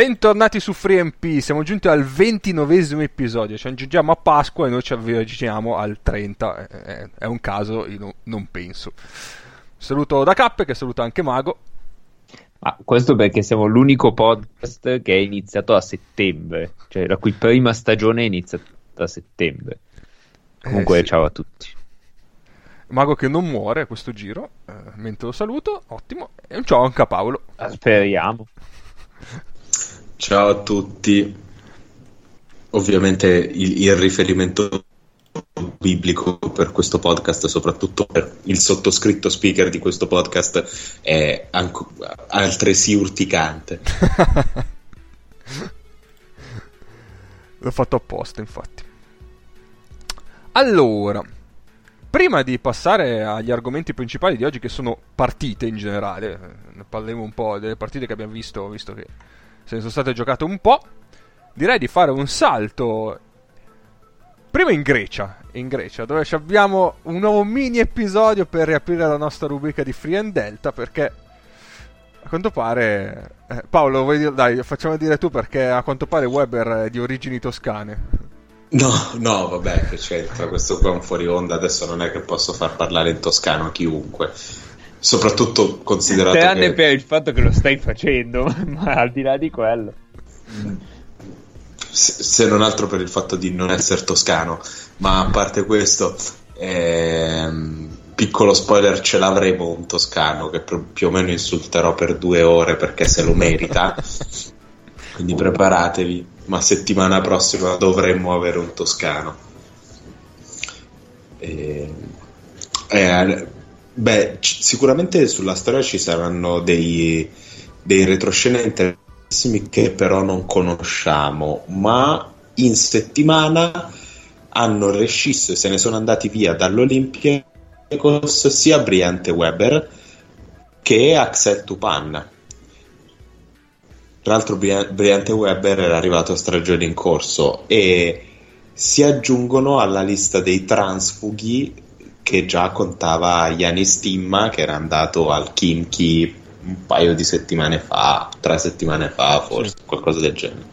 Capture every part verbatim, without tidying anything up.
Bentornati su FreeMP, siamo giunti al ventinovesimo episodio, ci aggiungiamo a Pasqua e noi ci avviciniamo al trenta, è, è un caso, io no, non penso. Saluto da Cappe, che saluta anche Mago. Ah, questo perché siamo l'unico podcast che è iniziato a settembre, cioè la cui prima stagione è iniziata a settembre. Comunque eh, sì. Ciao a tutti. Mago che non muore a questo giro, eh, mentre lo saluto, ottimo, e un ciao anche a Paolo. Speriamo. Ciao a tutti. Ovviamente il, il riferimento biblico per questo podcast, soprattutto per il sottoscritto speaker di questo podcast, è anche, altresì urticante. L'ho fatto apposta, infatti. Allora, prima di passare agli argomenti principali di oggi, che sono partite in generale, ne parliamo un po' delle partite che abbiamo visto, visto che se ne sono state giocate un po', direi di fare un salto prima in Grecia, in Grecia, dove abbiamo un nuovo mini episodio per riaprire la nostra rubrica di Free and Delta, perché a quanto pare eh, Paolo, vuoi dire, dai, facciamo dire tu, perché a quanto pare Weber è di origini toscane. No, no, vabbè, che c'entra, questo qua è un fuori onda, adesso non è che posso far parlare in toscano a chiunque. Soprattutto considerato tranne che... per il fatto che lo stai facendo, ma al di là di quello, se, se non altro per il fatto di non essere toscano, ma a parte questo, ehm, piccolo spoiler, ce l'avremo un toscano che più o meno insulterò per due ore perché se lo merita, quindi preparatevi, ma settimana prossima dovremmo avere un toscano. E, eh, Beh, c- sicuramente sulla storia ci saranno dei, dei retroscena interessantissimi che però non conosciamo, ma in settimana hanno rescisso e se ne sono andati via dall'Olympiacos sia Briante Weber che Axel Tupan. Tra l'altro Briante Weber era arrivato a stagione in corso e si aggiungono alla lista dei transfughi che già contava Yanis Timma, che era andato al Khimki un paio di settimane fa, tre settimane fa forse, sì, qualcosa del genere.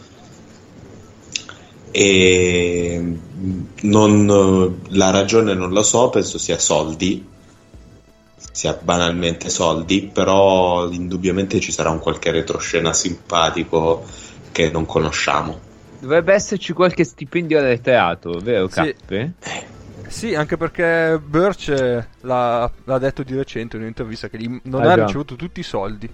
E non, la ragione non lo so, penso sia soldi, sia banalmente soldi, però indubbiamente ci sarà un qualche retroscena simpatico che non conosciamo. Dovrebbe esserci qualche stipendio arretrato, vero, sì. Cappe? Sì, anche perché Birch l'ha, l'ha detto di recente in un'intervista che gli non ah, ha già. ricevuto tutti i soldi.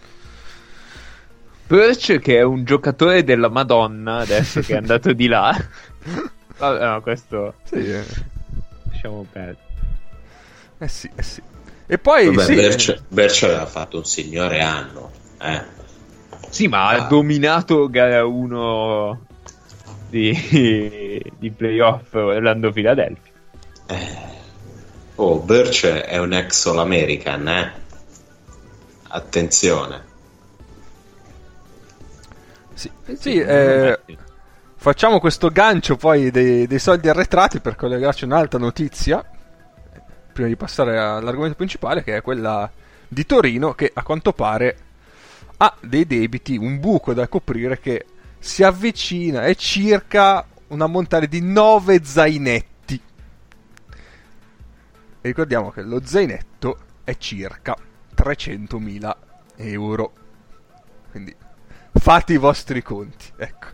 Birch, che è un giocatore della Madonna adesso che è andato di là. Vabbè, no, questo sì, eh. lasciamo perdere. Eh sì, eh sì. E poi Vabbè, sì, Birch, Birch aveva fatto un signore anno, eh. Sì, ma ah. ha dominato gara uno di, di playoff Orlando Philadelphia. Eh. Oh, Birch è un ex All-American, eh? Attenzione. Sì, sì eh, facciamo questo gancio poi dei, dei soldi arretrati per collegarci a un'altra notizia prima di passare all'argomento principale, che è quella di Torino, che a quanto pare ha dei debiti, un buco da coprire che si avvicina, è circa un ammontare di nove zainetti. E ricordiamo che lo zainetto è circa trecentomila euro. Quindi fate i vostri conti, ecco.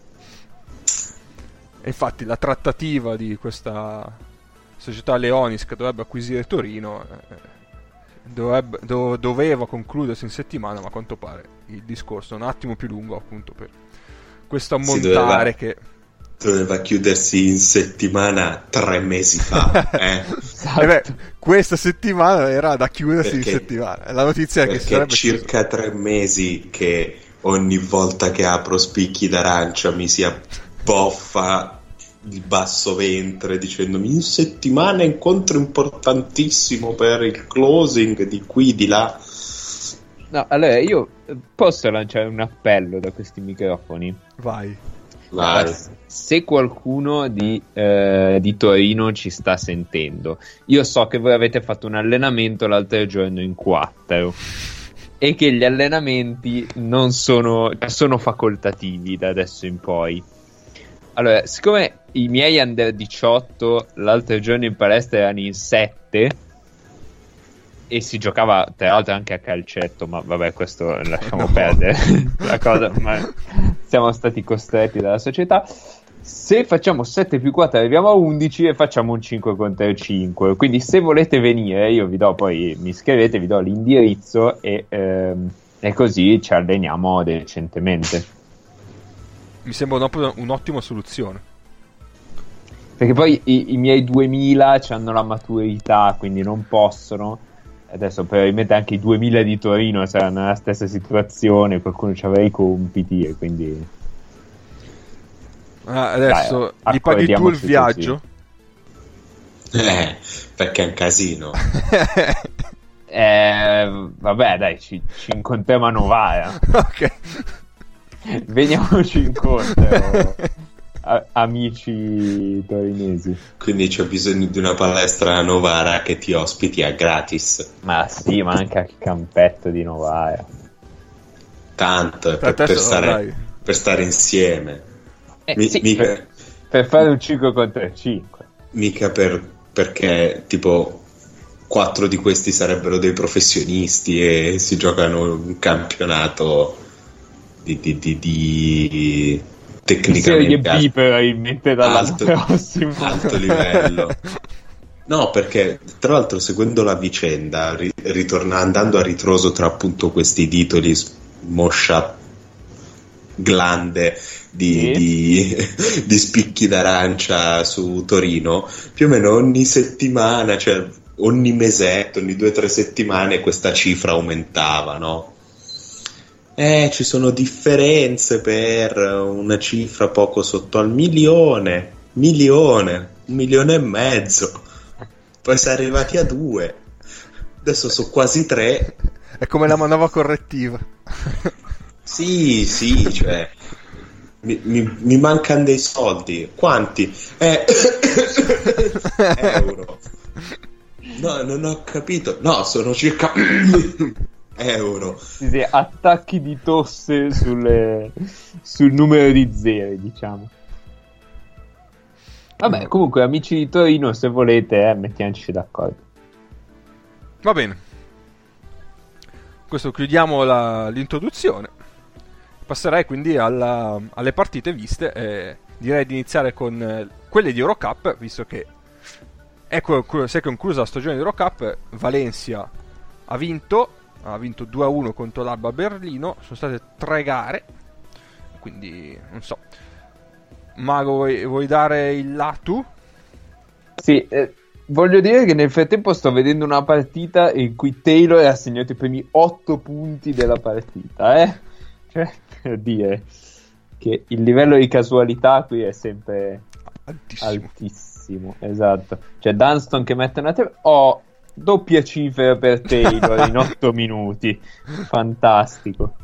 E infatti la trattativa di questa società Leonis che dovrebbe acquisire Torino eh, dovrebbe, do, doveva concludersi in settimana, ma a quanto pare il discorso è un attimo più lungo, appunto, per questo ammontare sì, che doveva chiudersi in settimana tre mesi fa. Eh? Esatto. E beh, questa settimana era da chiudersi perché, in settimana. La notizia è che sarebbe circa chiuso. tre mesi che ogni volta che apro spicchi d'arancia mi si abboffa il basso ventre dicendomi in settimana incontro importantissimo per il closing di qui di là. No, allora io posso lanciare un appello da questi microfoni? Vai. Vai. Se qualcuno di, eh, di Torino ci sta sentendo, io so che voi avete fatto un allenamento l'altro giorno in quattro e che gli allenamenti non sono, sono facoltativi da adesso in poi. Allora, siccome i miei under diciotto l'altro giorno in palestra erano in sette e si giocava tra l'altro anche a calcetto, ma vabbè, questo lasciamo no. perdere la cosa, ma siamo stati costretti dalla società. Se facciamo sette più quattro arriviamo a undici e facciamo un cinque contro cinque, quindi se volete venire io vi do, poi mi scrivete, vi do l'indirizzo e, ehm, e così ci alleniamo decentemente. Mi sembra un, un'ottima soluzione, perché poi i, i miei duemila hanno la maturità, quindi non possono. Adesso probabilmente anche i duemila di Torino saranno nella stessa situazione, qualcuno ci avrà i compiti e quindi ah, adesso dai, gli paghi tu il viaggio? Eh, perché è un casino. eh, vabbè dai, ci, ci incontriamo a Novara. Ok, veniamoci incontro, a, amici torinesi. Quindi c'è bisogno di una palestra a Novara che ti ospiti a gratis. Ma sì, ma anche al campetto di Novara. Tanto per, per, stare, per stare insieme. Eh, Mi, sì, mica, per, per fare un cinque contro cinque. Mica per, perché tipo quattro di questi sarebbero dei professionisti e si giocano un campionato di, di, di, di tecnicamente Serie B probabilmente dall'anno prossimo. Alto livello. No, perché tra l'altro seguendo la vicenda, ritorna, andando a ritroso tra appunto questi titoli moscia glande di, sì. di, di spicchi d'arancia su Torino, più o meno ogni settimana, cioè ogni mesetto, ogni due o tre settimane questa cifra aumentava, no? Eh, ci sono differenze per una cifra poco sotto al milione, milione, un milione e mezzo, poi si è arrivati a due, adesso sono quasi tre. È come la manovra correttiva. Sì, sì, cioè mi, mi, mi mancano dei soldi. Quanti? Eh, euro. No, non ho capito. No, sono circa euro. Sì, sì, attacchi di tosse sulle, sul numero di zeri, diciamo. Vabbè, comunque, amici di Torino, se volete, eh, mettiamoci d'accordo. Va bene. Questo chiudiamo la, l'introduzione. Passerei quindi alla, alle partite viste e direi di iniziare con eh, quelle di Eurocup, visto che ecco, si è conclusa la stagione di Eurocup. Valencia ha vinto, ha vinto due a uno contro l'Alba Berlino, sono state tre gare, quindi non so. Mago, vuoi, vuoi dare il lato? Sì, eh, voglio dire che nel frattempo sto vedendo una partita in cui Taylor ha segnato i primi otto punti della partita, eh? Cioè, per dire che il livello di casualità qui è sempre altissimo, altissimo, esatto. Cioè Dunston che mette una te- oh, doppia cifra per Taylor in otto minuti, fantastico.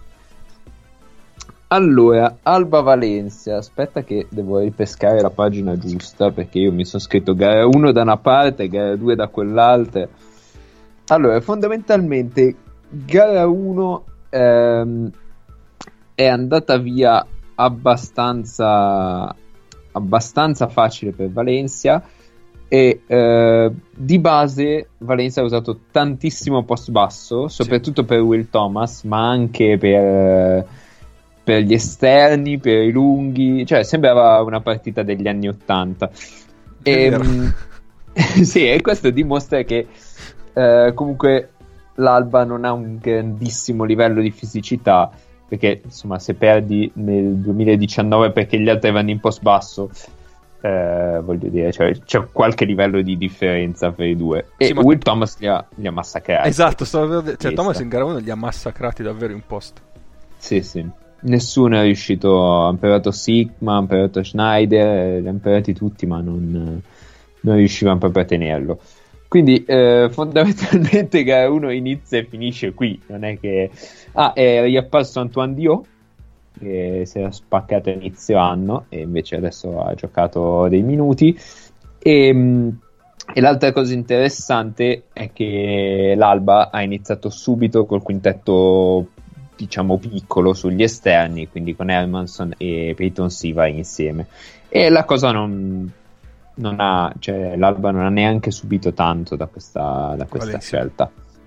Allora, Alba Valencia, aspetta che devo ripescare la pagina giusta perché io mi sono scritto gara uno da una parte e gara due da quell'altra. Allora, fondamentalmente gara uno ehm, è andata via abbastanza abbastanza facile per Valencia e eh, di base Valencia ha usato tantissimo post basso, soprattutto sì. per Will Thomas, ma anche per, per gli esterni, per i lunghi, cioè sembrava una partita degli anni ottanta. E, mh, sì, e questo dimostra che eh, comunque l'Alba non ha un grandissimo livello di fisicità, perché insomma se perdi nel duemiladiciannove perché gli altri vanno in post basso, eh, voglio dire, cioè, c'è qualche livello di differenza fra i due. E sì, Will ma... Thomas li ha, li ha massacrati. Esatto, stavo... cioè Thomas in gara uno li ha massacrati davvero in post. Sì, sì. Nessuno è riuscito, hanno provato Sigma, hanno provato Schneider, li hanno provati tutti, ma non, non riuscivano proprio a tenerlo. Quindi eh, fondamentalmente gara uno inizia e finisce qui, non è che... Ah, è riapparso Antoine Diop, che si era spaccato a inizio anno e invece adesso ha giocato dei minuti. E mh, E l'altra cosa interessante è che l'Alba ha iniziato subito col quintetto, diciamo, piccolo sugli esterni, quindi con Hermanson e Peyton Siva insieme. E la cosa non, non ha, cioè l'Alba non ha neanche subito tanto da questa, da questa scelta.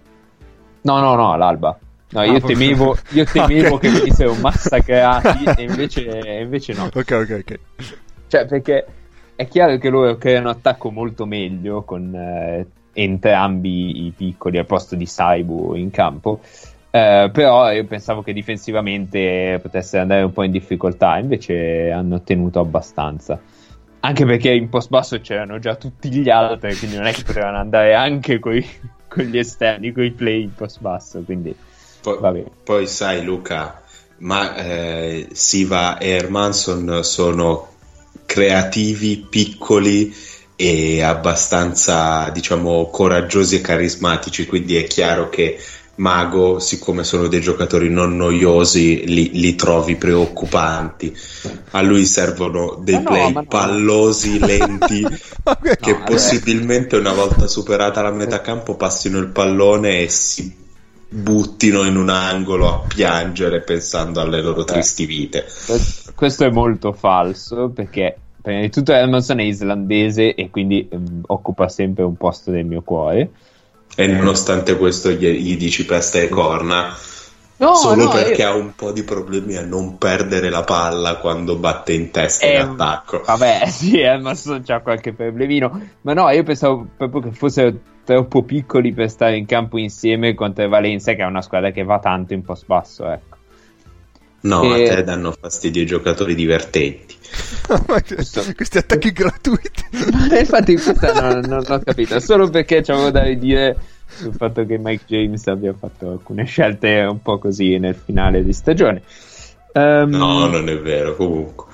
No, no, no, l'Alba. No, io ah, temevo, io temevo okay. che venissero massacrati e invece, invece no. Ok, ok, ok. Cioè, perché è chiaro che loro creano attacco molto meglio con eh, entrambi i piccoli al posto di Saibu in campo, eh, però io pensavo che difensivamente potesse andare un po' in difficoltà, invece hanno tenuto abbastanza. Anche perché in post basso c'erano già tutti gli altri, quindi non è che potevano andare anche coi, con gli esterni, coi play in post basso, quindi... Poi, poi sai Luca, ma eh, Siva e Hermanson sono creativi, piccoli e abbastanza, diciamo, coraggiosi e carismatici, quindi è chiaro che Mago, siccome sono dei giocatori non noiosi, li, li trovi preoccupanti. A lui servono dei ma play no, no. pallosi, lenti, che no, possibilmente una volta superata la metà campo passino il pallone e si buttino in un angolo a piangere pensando alle loro tristi vite. Questo è molto falso, perché prima di tutto Hermanson è islandese e quindi um, occupa sempre un posto nel mio cuore, e nonostante questo gli, gli dici pesta e corna no, solo no, perché io... ha un po' di problemi a non perdere la palla quando batte in testa eh, in attacco. Vabbè, sì, Hermanson c'ha qualche problemino, ma no, io pensavo proprio che fossero troppo piccoli per stare in campo insieme contro Valencia, che è una squadra che va tanto in post basso, ecco. No, e... a te danno fastidio i giocatori divertenti. Questo... questi attacchi gratuiti. Ma infatti questa non, non ho capito, solo perché c'avevo da dire sul fatto che Mike James abbia fatto alcune scelte un po' così nel finale di stagione. Um... No, non è vero, comunque.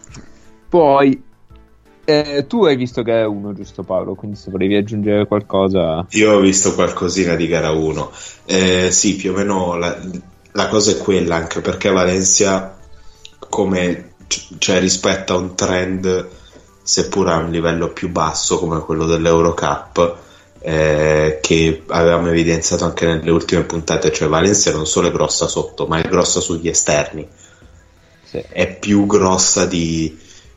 Poi Eh, tu hai visto gara uno, giusto Paolo? Quindi se volevi aggiungere qualcosa... Io ho visto qualcosina di gara uno. Eh, sì, più o meno la, la cosa è quella, anche perché Valencia, come cioè, rispetto a un trend, seppur a un livello più basso come quello dell'Eurocup, eh, che avevamo evidenziato anche nelle ultime puntate, cioè Valencia non solo è grossa sotto, ma è grossa sugli esterni. Sì. È più grossa di...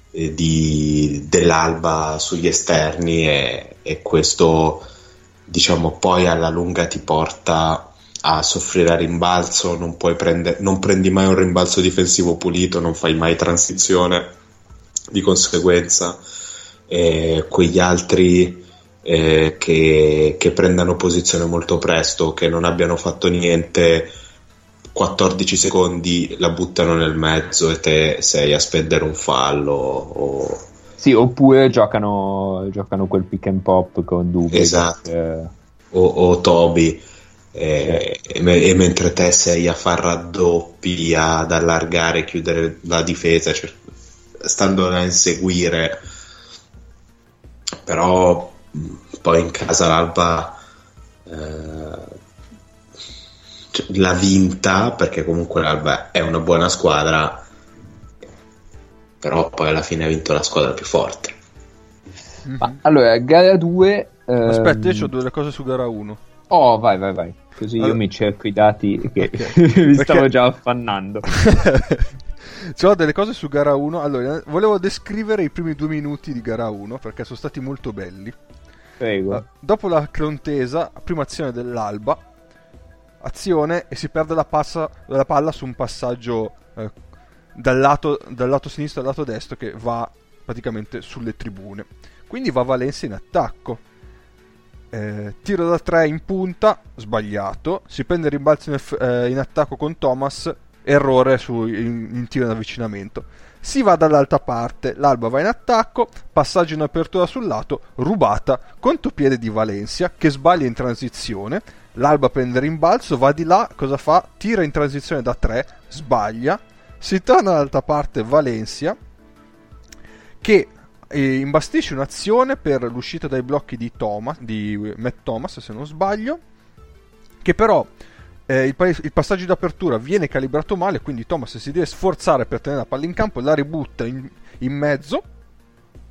Di, dell'Alba sugli esterni e, e questo, diciamo, poi alla lunga ti porta a soffrire a rimbalzo, non puoi prendere, non prendi mai un rimbalzo difensivo pulito, non fai mai transizione, di conseguenza eh, quegli altri eh, che, che prendano posizione molto presto, che non abbiano fatto niente quattordici secondi la buttano nel mezzo e te sei a spendere un fallo o... Sì, oppure giocano giocano quel pick and pop con Dubé, esatto, eh... o, o Toby e, sì. e, e mentre te sei a far raddoppi, ad allargare, chiudere la difesa, cioè, stando a inseguire, però poi in casa l'Alba eh, l'ha vinta, perché comunque l'Alba è una buona squadra, però poi alla fine ha vinto la squadra più forte. Mm-hmm. Ma, allora, gara due ehm... aspetta, io ho due cose su gara uno. Oh, vai vai vai, così allora... io mi cerco i dati che okay. mi stavo perché... già affannando. C'ho delle cose su gara uno. Allora, volevo descrivere i primi due minuti di gara uno perché sono stati molto belli. Prego. Uh, dopo la contesa, prima azione dell'Alba, azione e si perde la, passa, la palla su un passaggio eh, dal, lato, dal lato sinistro al lato destro che va praticamente sulle tribune, quindi va Valencia in attacco, eh, tiro da tre in punta sbagliato, si prende il rimbalzo in, eh, in attacco con Thomas, errore su, in, in tiro in avvicinamento, si va dall'altra parte, l'Alba va in attacco, passaggio in apertura sul lato, rubata, contropiede di Valencia che sbaglia in transizione, l'Alba prende rimbalzo, va di là, cosa fa? Tira in transizione da tre, sbaglia, si torna dall'altra parte Valencia che eh, imbastisce un'azione per l'uscita dai blocchi di Thomas, di Matt Thomas se non sbaglio, che però eh, il, il passaggio d'apertura viene calibrato male, quindi Thomas si deve sforzare per tenere la palla in campo, la ributta in, in mezzo,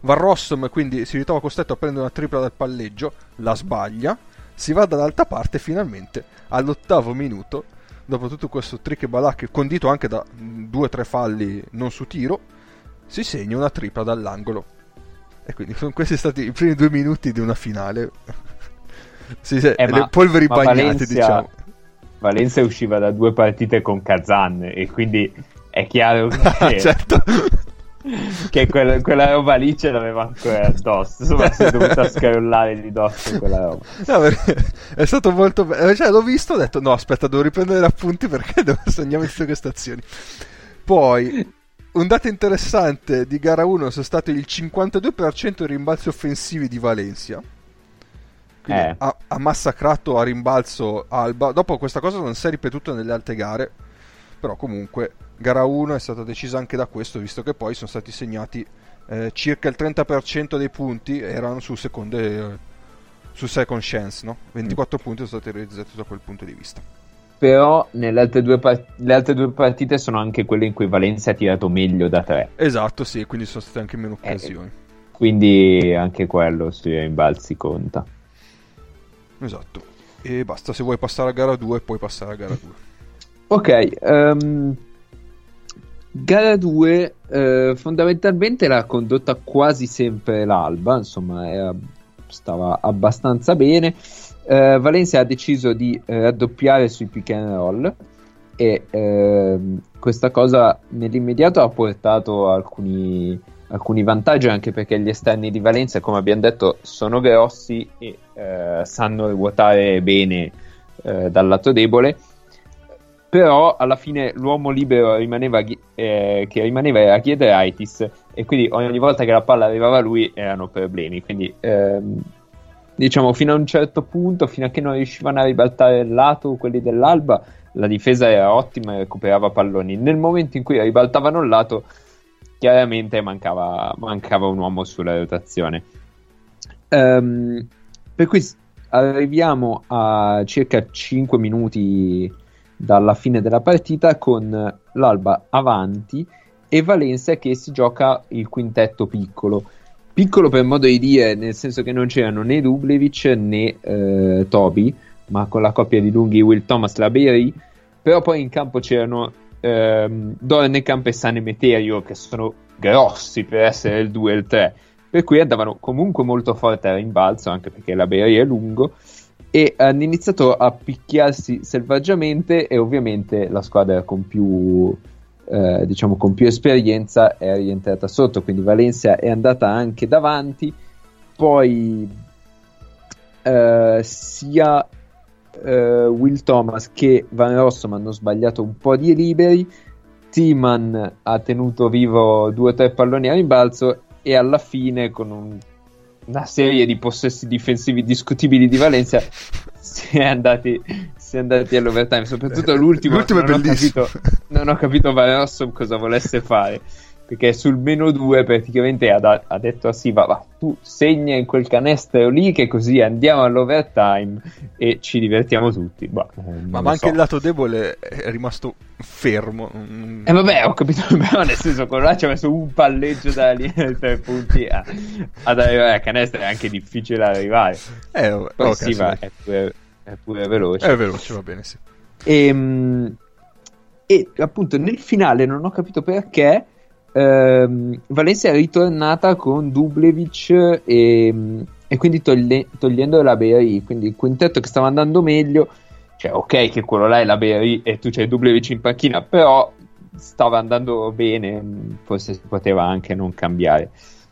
Van Rossum quindi si ritrova costretto a prendere una tripla dal palleggio, la sbaglia, si va dall'altra parte e finalmente all'ottavo minuto, dopo tutto questo trick e balacche condito anche da due o tre falli non su tiro, si segna una tripla dall'angolo. E quindi sono questi stati i primi due minuti di una finale. Sì, sì, eh, le ma, polveri ma bagnate, Valencia, diciamo. Valencia usciva da due partite con Kazan e quindi è chiaro che, certo. che quella, quella roba lì ce l'aveva ancora addosso. Insomma, si è dovuta scrollare di dosso quella roba. No, perché è stato molto bello. Cioè, l'ho visto, ho detto no, aspetta, devo riprendere gli appunti perché devo segnare tutte queste azioni. Poi un dato interessante di gara uno sono stato il cinquantadue per cento dei rimbalzi offensivi di Valencia. Quindi eh. ha, ha massacrato a rimbalzo Alba. Dopo questa cosa non si è ripetuta nelle altre gare, però comunque gara uno è stata decisa anche da questo, visto che poi sono stati segnati eh, circa il trenta per cento dei punti erano su seconde eh, su second chance, no? ventiquattro mm. punti sono stati realizzati da quel punto di vista. Però nelle altre due part- le altre due partite sono anche quelle in cui Valencia ha tirato meglio da tre. Esatto, sì, quindi sono state anche meno occasioni. Eh, quindi anche quello sui rimbalzi conta. Esatto. E basta, se vuoi passare a gara due puoi passare a gara due. Ok, um, gara due uh, fondamentalmente l'ha condotta quasi sempre l'Alba, insomma era, stava abbastanza bene. Uh, Valencia ha deciso di uh, raddoppiare sui pick and roll e uh, questa cosa nell'immediato ha portato alcuni, alcuni vantaggi, anche perché gli esterni di Valencia, come abbiamo detto, sono grossi e uh, sanno ruotare bene uh, dal lato debole. Però alla fine l'uomo libero rimaneva, eh, che rimaneva era Giedraitis, e quindi ogni volta che la palla arrivava a lui erano problemi. Quindi ehm, diciamo fino a un certo punto, fino a che non riuscivano a ribaltare il lato quelli dell'Alba, la difesa era ottima e recuperava palloni. Nel momento in cui ribaltavano il lato, chiaramente mancava, mancava un uomo sulla rotazione. Um, per cui arriviamo a circa cinque minuti dalla fine della partita con l'Alba avanti e Valencia che si gioca il quintetto piccolo piccolo per modo di dire, nel senso che non c'erano né Dublevic né eh, Toby, ma con la coppia di lunghi Will Thomas Laberi. Però poi in campo c'erano ehm, Dornekamp e San Emeterio, che sono grossi per essere il due e il tre, per cui andavano comunque molto forte a rimbalzo, anche perché Laberi è lungo, e hanno iniziato a picchiarsi selvaggiamente, e ovviamente la squadra con più eh, diciamo con più esperienza è rientrata sotto, quindi Valencia è andata anche davanti. Poi eh, sia eh, Will Thomas che Van Rossum hanno sbagliato un po' di liberi, Tiemann ha tenuto vivo due o tre palloni a rimbalzo, e alla fine con un una serie di possessi difensivi discutibili di Valencia si è andati, si è andati all'overtime, soprattutto l'ultimo. L'ultimo è non bellissimo. Ho capito, non ho capito Van Rossum cosa volesse fare, perché sul meno due praticamente ha, da, ha detto a Siva: va, tu segna in quel canestro lì, che così andiamo all'overtime e ci divertiamo tutti. Bah, ma ma anche so. Il lato debole è rimasto fermo. E eh vabbè, ho capito, però nel senso, quello là ci ha messo un palleggio dalla linea dei tre punti a, ad arrivare a canestro, è anche difficile arrivare. Eh, poi okay, Siva è pure, è pure veloce. È veloce, va bene, sì. E, e appunto nel finale non ho capito perché ehm, Valencia è ritornata con Dublevic e, e quindi toglie, togliendo la Beri, quindi il quintetto che stava andando meglio. Cioè, ok che quello là è la Beri e tu c'hai Dublevic in panchina, però stava andando bene, forse si poteva anche non cambiare.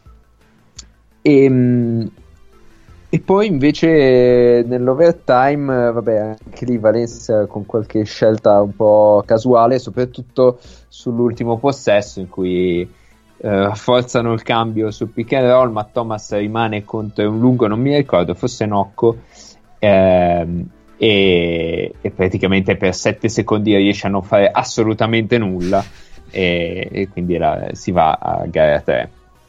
E, e poi invece nell'overtime, vabbè, anche lì Valencia con qualche scelta un po' casuale, soprattutto sull'ultimo possesso in cui eh, forzano il cambio sul pick and roll, ma Thomas rimane contro un lungo, non mi ricordo, forse Nocco, ehm, e, e praticamente per sette secondi riesce a non fare assolutamente nulla, e, e quindi la, si va a gara tre.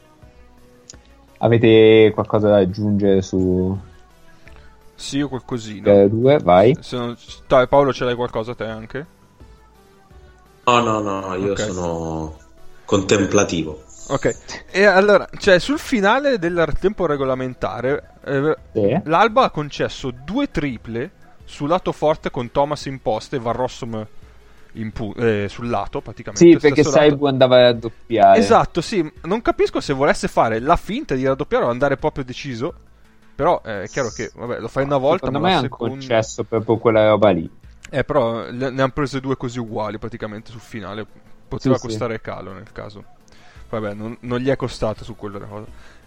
Avete qualcosa da aggiungere su? Sì, io qualcosina. gara due, vai. Se non... Dai, Paolo, ce l'hai qualcosa te anche? No, no, no, io okay. sono contemplativo. Ok, e allora, cioè, sul finale del tempo regolamentare, eh, Sì. l'Alba ha concesso due triple sul lato forte con Thomas in posta e Van Rossum in pu- eh, sul lato, praticamente. Sì, perché stesso lato. Saibu andava a raddoppiare. Esatto, sì, non capisco se volesse fare la finta di raddoppiare o andare proprio deciso, però eh, è chiaro che, vabbè, lo fai una volta, Secondo ma me la hanno seconda... concesso proprio quella roba lì. Eh, però le- ne hanno prese due così uguali praticamente sul finale. Poteva Sì, costare calo nel caso. Vabbè, non, non gli è costato su quella cosa.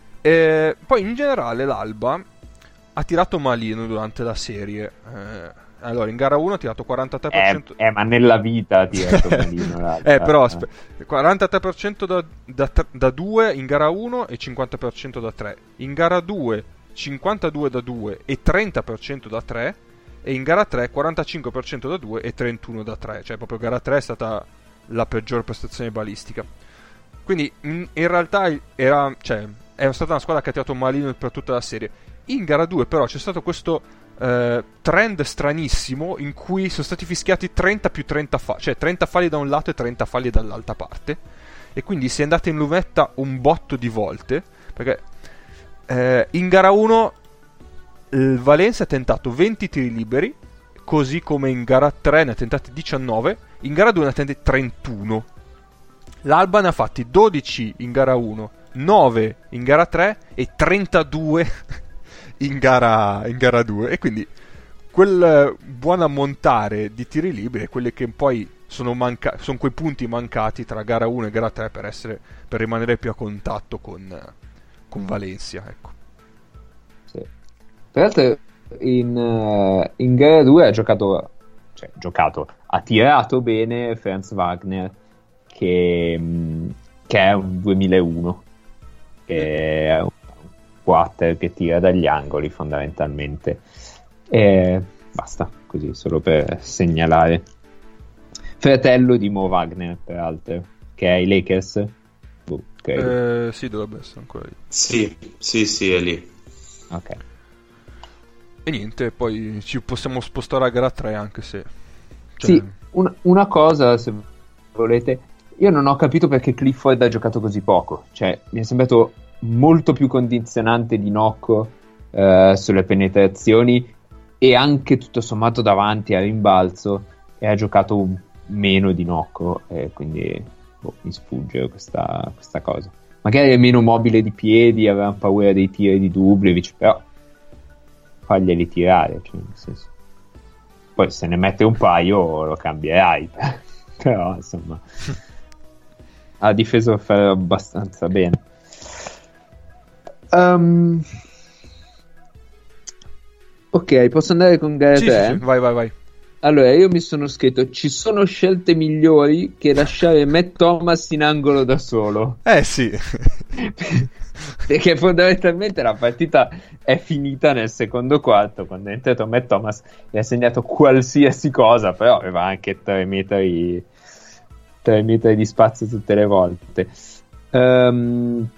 E poi in generale l'Alba ha tirato malino durante la serie. Eh, allora, in gara uno ha tirato quarantatré per cento. Eh, eh, ma nella vita ha tirato malino l'Alba. Eh, però aspe- quarantatré per cento da, da, da due in gara uno e cinquanta per cento da tre. In gara due cinquantadue da due e trenta per cento da tre. E in gara tre quarantacinque per cento da due e trentuno da tre. Cioè proprio gara tre è stata la peggior prestazione balistica. Quindi in, in realtà era, cioè, è stata una squadra che ha tirato malino per tutta la serie. In gara due però c'è stato questo eh, trend stranissimo in cui sono stati fischiati trenta più trenta falli, cioè trenta falli da un lato e trenta falli dall'altra parte, e quindi si è andata in lunetta un botto di volte, perché eh, in gara uno il Valencia ha tentato venti tiri liberi, così come in gara tre ne ha tentati diciannove, in gara due ne ha tentati trentuno. L'Alba ne ha fatti dodici in gara uno, nove in gara tre e trentadue in gara, in gara due. E quindi quel buon ammontare di tiri liberi, quelli che poi sono, manca- sono quei punti mancati tra gara uno e gara tre per, essere, per rimanere più a contatto con, con Valencia, ecco. Sì. Tra l'altro in, uh, in gara due ha giocato, cioè giocato, ha tirato bene Franz Wagner, che, mh, che è un duemilauno, che è un quarter che tira dagli angoli fondamentalmente, e basta, così, solo per segnalare. Fratello di Mo Wagner, peraltro, che è ai Lakers. Boh, credo. Eh, sì, dovrebbe essere ancora lì. Sì, sì, sì, è lì. Ok. E niente, poi ci possiamo spostare a gara tre, anche se... Cioè... Sì, un, una cosa, se volete, io non ho capito perché Clifford ha giocato così poco. Cioè, mi è sembrato molto più condizionante di Nocco eh, sulle penetrazioni, e anche tutto sommato davanti a rimbalzo, e ha giocato un, meno di Nocco, e quindi boh, mi sfugge questa, questa cosa. Magari è meno mobile di piedi, aveva paura dei tiri di Dublevic, però faglieli tirare, cioè, nel senso. Poi se ne mette un paio lo cambierai, però insomma ha difeso abbastanza bene. Um, ok, posso andare con gara Sì, tre? sì, sì, vai, vai, vai. Allora, io mi sono scritto: ci sono scelte migliori che lasciare Matt Thomas in angolo da solo. Eh sì. Perché fondamentalmente la partita è finita nel secondo quarto, quando è entrato Matt Thomas e ha segnato qualsiasi cosa, però aveva anche tre metri tre metri di spazio tutte le volte. Um,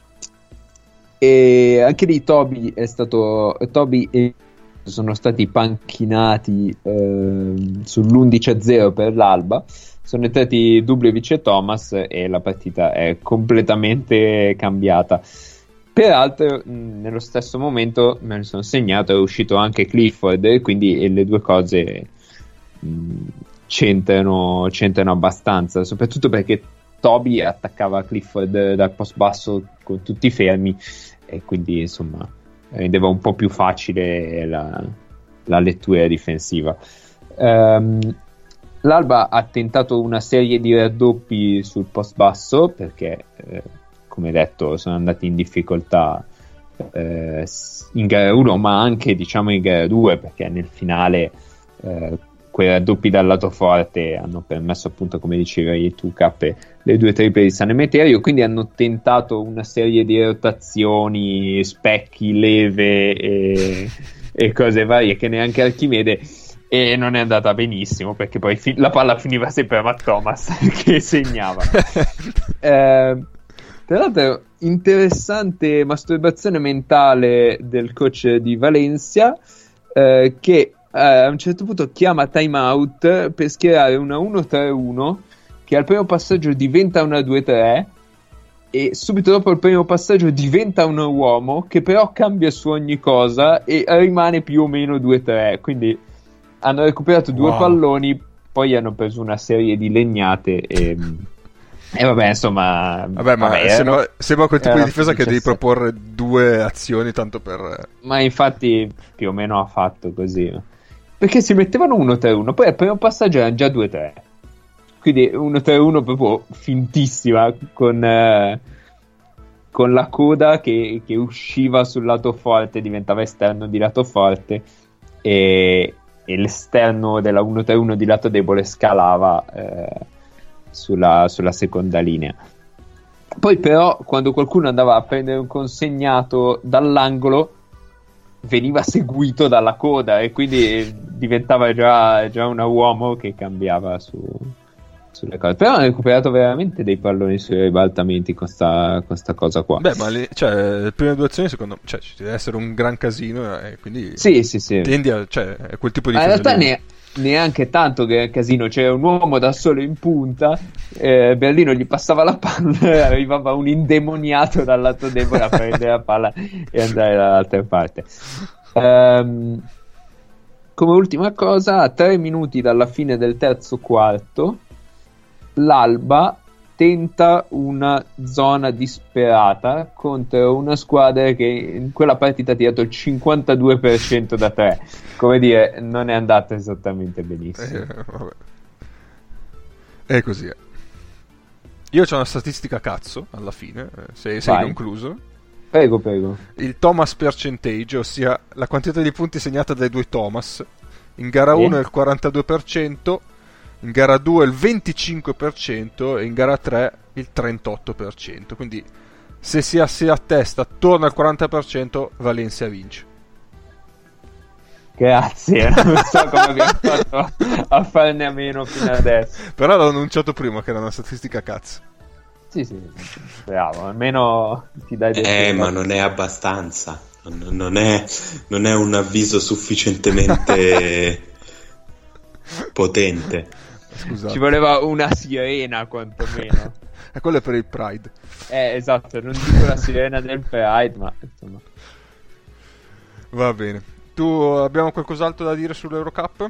e anche lì Toby è stato Toby e sono stati panchinati eh, sull'undici a zero per l'Alba. Sono entrati Dublevic e Thomas e la partita è completamente cambiata. Peraltro mh, nello stesso momento me ne sono segnato, è uscito anche Clifford, e quindi le due cose mh, c'entrano, c'entrano abbastanza, soprattutto perché Toby attaccava Clifford dal post basso con tutti fermi, e quindi insomma rendeva un po' più facile la, la lettura difensiva. Um, L'Alba ha tentato una serie di raddoppi sul post basso perché, eh, come detto, sono andati in difficoltà eh, in gara uno, ma anche diciamo in gara due, perché nel finale eh, quei raddoppi dal lato forte hanno permesso, appunto, come dicevi tu, Cappe, le due triple di San Emeterio. Quindi hanno tentato una serie di rotazioni, specchi, leve e, e cose varie che neanche Archimede, e non è andata benissimo, perché poi fi- la palla finiva sempre a Matt Thomas che segnava. eh, tra l'altro, interessante masturbazione mentale del coach di Valencia, eh, che eh, a un certo punto chiama timeout per schierare una uno tre uno che al primo passaggio diventa una due tre, e subito dopo il primo passaggio diventa un uomo che però cambia su ogni cosa e rimane più o meno due tre, quindi hanno recuperato due wow. palloni, poi hanno preso una serie di legnate e, e vabbè insomma vabbè ma vabbè, sembra, erano, sembra quel tipo di difesa che devi diciassette. proporre due azioni tanto per Ma infatti più o meno ha fatto così, perché si mettevano uno tre uno, poi al primo passaggio erano già due tre, quindi uno tre uno proprio fintissima con, eh, con la coda che, che usciva sul lato forte, diventava esterno di lato forte e, e l'esterno della uno tre uno di lato debole scalava eh, sulla, sulla seconda linea. Poi però quando qualcuno andava a prendere un consegnato dall'angolo veniva seguito dalla coda e quindi diventava già, già un uomo che cambiava su, sulle cose. Però hanno recuperato veramente dei palloni sui ribaltamenti con sta, con sta cosa qua. beh ma le, cioè, le prime due azioni secondo me cioè, ci deve essere un gran casino e quindi sì sì sì, tendi a, cioè, è quel tipo di ma in difesa realtà lì. ne, neanche tanto che casino, c'era un uomo da solo in punta, eh, Berlino gli passava la palla, arrivava un indemoniato dal lato debole a prendere la palla e andare dall'altra parte. Um, come ultima cosa, a tre minuti dalla fine del terzo quarto l'Alba tenta una zona disperata contro una squadra che in quella partita ha tirato il cinquantadue per cento da tre, come dire, non è andata esattamente benissimo. Eh, vabbè. È così. eh. Io c'ho una statistica cazzo alla fine, eh, se sei Vai. concluso. Prego, prego. Il Thomas percentage, ossia la quantità di punti segnata dai due Thomas. In gara Sì. uno è il quarantadue per cento, in gara due il venticinque per cento e in gara tre il trentotto per cento. Quindi se si, si attesta attorno al quaranta per cento Valencia vince. Grazie, non so come abbiamo fatto a farne a meno fino adesso. Però l'ho annunciato prima che era una statistica cazzo. Sì, sì, bravo, almeno ti dai del Eh, tempo. ma non è abbastanza. Non, non è, non è un avviso sufficientemente potente. Scusate. Ci voleva una sirena quantomeno. E quello è per il Pride. Eh, esatto, non dico la sirena del Pride, ma insomma. Va bene. Tu abbiamo qualcos'altro da dire sull'Eurocup?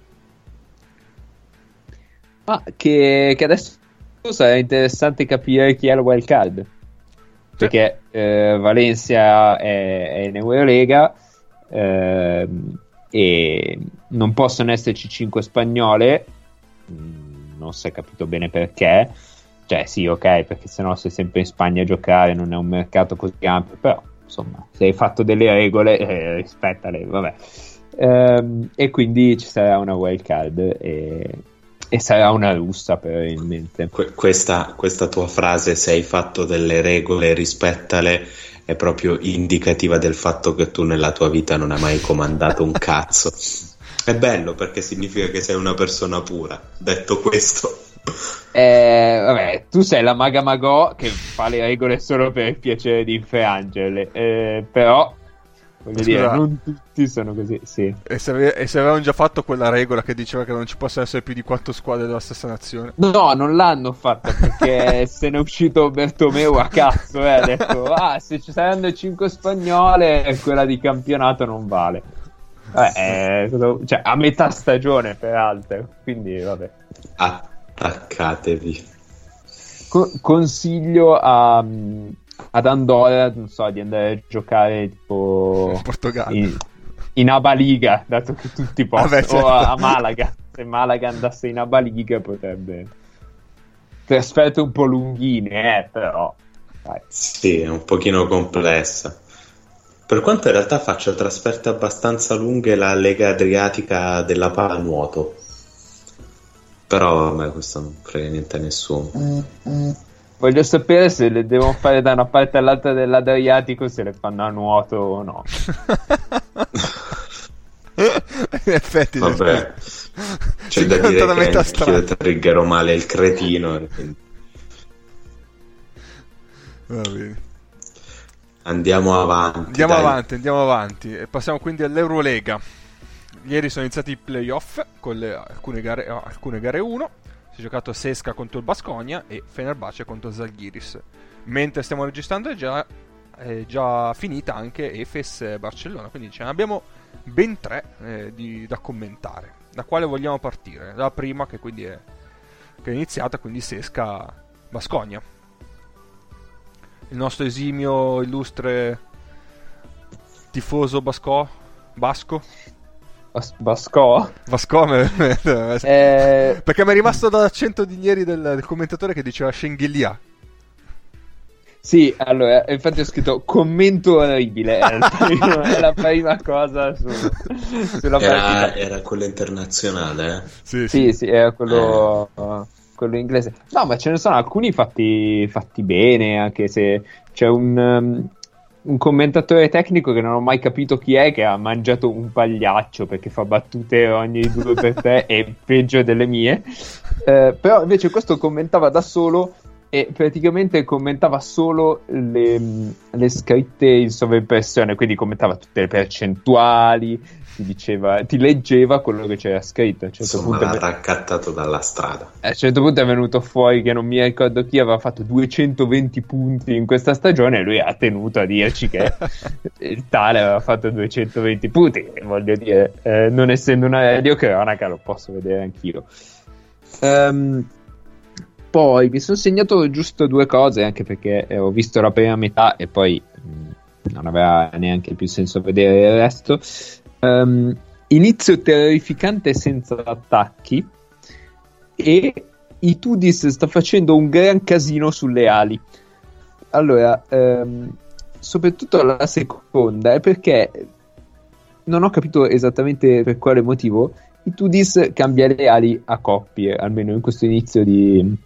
Ma che, che adesso sarà interessante capire chi è il wild card. Perché eh, Valencia è, è in Eurolega ehm, e non possono esserci cinque spagnole. Mm, non si è capito bene perché. Cioè sì, ok, perché sennò sei sempre in Spagna a giocare, non è un mercato così ampio, però insomma, se hai fatto delle regole, eh, rispettale, vabbè. Ehm, e quindi ci sarà una wild card e, e sarà una russa probabilmente. Que- questa, questa tua frase, se hai fatto delle regole, rispettale, è proprio indicativa del fatto che tu nella tua vita non hai mai comandato un cazzo. È bello perché significa che sei una persona pura. Detto questo, Eh, vabbè, tu sei la maga Magò che fa le regole solo per il piacere di infrangerle, eh, però voglio Scusa. dire, non tutti sono così, sì. E se, ave- e se avevano già fatto quella regola che diceva che non ci possono essere più di quattro squadre della stessa nazione? No, non l'hanno fatta perché se n'è uscito Bertomeu a cazzo, eh, ha detto, ah, se ci saranno cinque spagnole, quella di campionato non vale. Vabbè, eh, cosa- cioè, a metà stagione, peraltro, quindi vabbè. attaccatevi. Co- consiglio a, ad Andorra, non so, di andare a giocare tipo In Portogallo. in, in Aba Liga, dato che tutti possono, Vabbè, certo. o a, a Malaga. Se Malaga andasse in Aba Liga potrebbe trasferte un po' lunghine, eh, però dai. Sì, è un pochino complessa. Per quanto in realtà faccia trasferte abbastanza lunghe la Lega Adriatica della pallanuoto. Però vabbè, questo non frega niente a nessuno. Voglio sapere se le devono fare da una parte all'altra dell'Adriatico, se le fanno a nuoto o no. In effetti Vabbè, c'è da dire che anch'io triggerò male il cretino. Quindi Va bene. andiamo avanti. Andiamo dai. avanti, andiamo avanti. E passiamo quindi all'Eurolega. Ieri sono iniziati i playoff con le, alcune gare alcune gare uno. si è giocato Sesca contro il Baskonia e Fenerbahce contro Zalgiris. Mentre stiamo registrando è già, è già finita anche Efes Barcellona, quindi ce ne abbiamo ben tre eh, di, da commentare. Da quale vogliamo partire? La prima, che quindi è, che è iniziata, quindi Sesca Baskonia. Il nostro esimio, illustre tifoso basco basco Bas- Basco? Vasco me- Eh, perché mi è rimasto dall'accento di ieri del, del commentatore che diceva Schengelia. Sì, allora, infatti ho scritto commento orribile, è la prima, è la prima cosa su, sulla Era, partita. era quello internazionale, eh? Sì, Sì, sì, era quello, quello inglese. No, ma ce ne sono alcuni fatti, fatti bene, anche se c'è un, um, un commentatore tecnico che non ho mai capito chi è, che ha mangiato un pagliaccio perché fa battute ogni due per tre e peggio delle mie. Eh, però invece questo commentava da solo e praticamente commentava solo le, le scritte in sovraimpressione, quindi commentava tutte le percentuali, ti diceva, ti leggeva quello che c'era scritto. A un certo Insomma, punto l'ha è, raccattato dalla strada. a un certo punto è venuto fuori che non mi ricordo chi aveva fatto duecentoventi punti in questa stagione e lui ha tenuto a dirci che il tale aveva fatto duecentoventi punti. Voglio dire, eh, non essendo una radiocronaca lo posso vedere anch'io. Um, Poi mi sono segnato giusto due cose, anche perché eh, ho visto la prima metà e poi mh, non aveva neanche più senso vedere il resto. Um, inizio terrificante senza attacchi e Itudis sta facendo un gran casino sulle ali. Allora, um, soprattutto la seconda è perché non ho capito esattamente per quale motivo Itudis cambia le ali a coppie, almeno in questo inizio di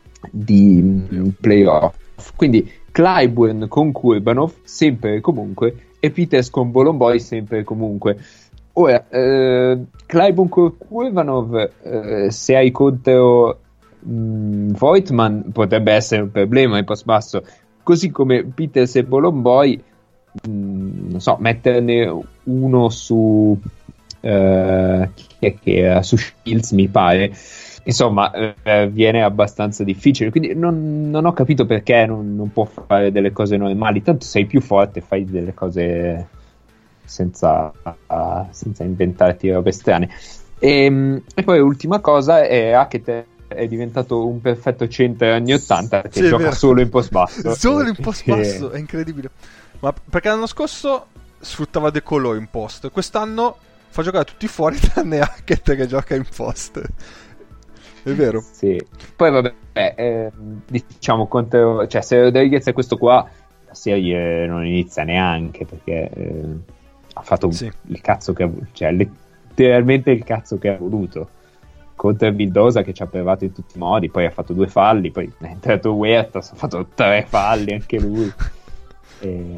di playoff, quindi Clyburn con Kurbanov sempre e comunque e Peters con Bolomboy sempre e comunque. Ora eh, Clyburn con Kurbanov, eh, se hai contro mh, Voigtman potrebbe essere un problema in post basso, così come Peters e Bolomboy, mh, non so, metterne uno su eh, chi è che era? Su Shields mi pare. Insomma, eh, viene abbastanza difficile, quindi non, non ho capito perché non, non può fare delle cose normali, tanto sei più forte, fai delle cose senza, uh, senza inventarti robe strane. E, e poi ultima cosa è Hackett è diventato un perfetto centro anni ottanta che sì, gioca solo in post basso. Solo in post basso, è incredibile. Ma perché l'anno scorso sfruttava De Colo in post, quest'anno fa giocare tutti fuori tranne Hackett che gioca in post. È vero. Sì. Poi vabbè, eh, diciamo contro, cioè se Rodriguez è questo qua, la serie non inizia neanche perché eh, ha fatto sì. il cazzo che ha voluto, cioè letteralmente il cazzo che ha voluto contro Vildosa che ci ha provato in tutti i modi, poi ha fatto due falli, poi è entrato Huertas, ha fatto tre falli anche lui. E...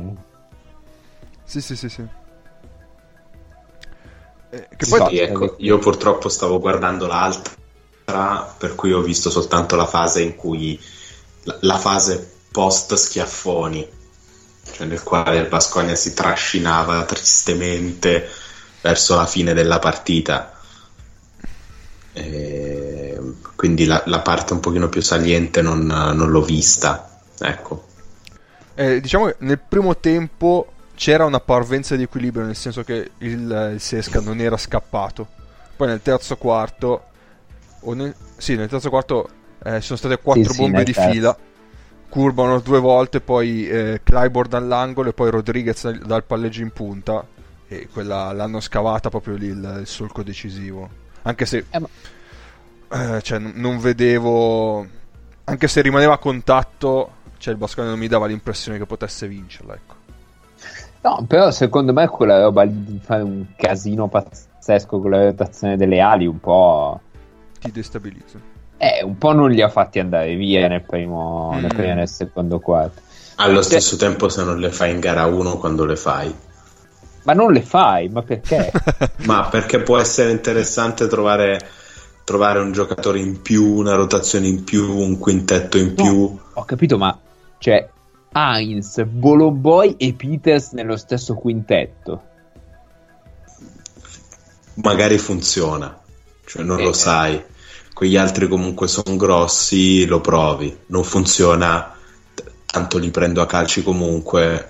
Sì, sì, sì, sì. Eh, che poi sì, ecco, io purtroppo stavo guardando l'altra, per cui ho visto soltanto la fase in cui la, la fase post schiaffoni, cioè nel quale il Baskonia si trascinava tristemente verso la fine della partita, e quindi la, la parte un pochino più saliente non, non l'ho vista, ecco. Eh, diciamo che nel primo tempo c'era una parvenza di equilibrio, nel senso che il, il Sesca non era scappato. Poi nel terzo quarto O nel, sì, nel terzo quarto eh, ci sono state quattro sì, bombe sì, di terzo. fila, Curvano due volte, poi eh, Clyburn dall'angolo e poi Rodriguez dal, dal palleggio in punta, e quella l'hanno scavata proprio lì il, il solco decisivo, anche se eh, ma... eh, cioè, n- non vedevo, anche se rimaneva a contatto, cioè il Baskonia non mi dava l'impressione che potesse vincerla, ecco. No, però secondo me quella roba lì di fare un casino pazzesco con la rotazione delle ali un po' ti destabilizza. Eh, un po' non li ha fatti andare via nel primo, mm. nel primo e nel secondo quarto. Allo stesso cioè... tempo se non le fai in gara uno, quando le fai? Ma non le fai, ma perché? Ma perché può essere interessante trovare, trovare un giocatore in più, una rotazione in più, un quintetto in no, più. Ho capito, ma cioè Heinz, Bolomboy e Peters nello stesso quintetto. Magari funziona, cioè non eh, lo sai. quegli altri comunque sono grossi, lo provi, non funziona, t- tanto li prendo a calci comunque.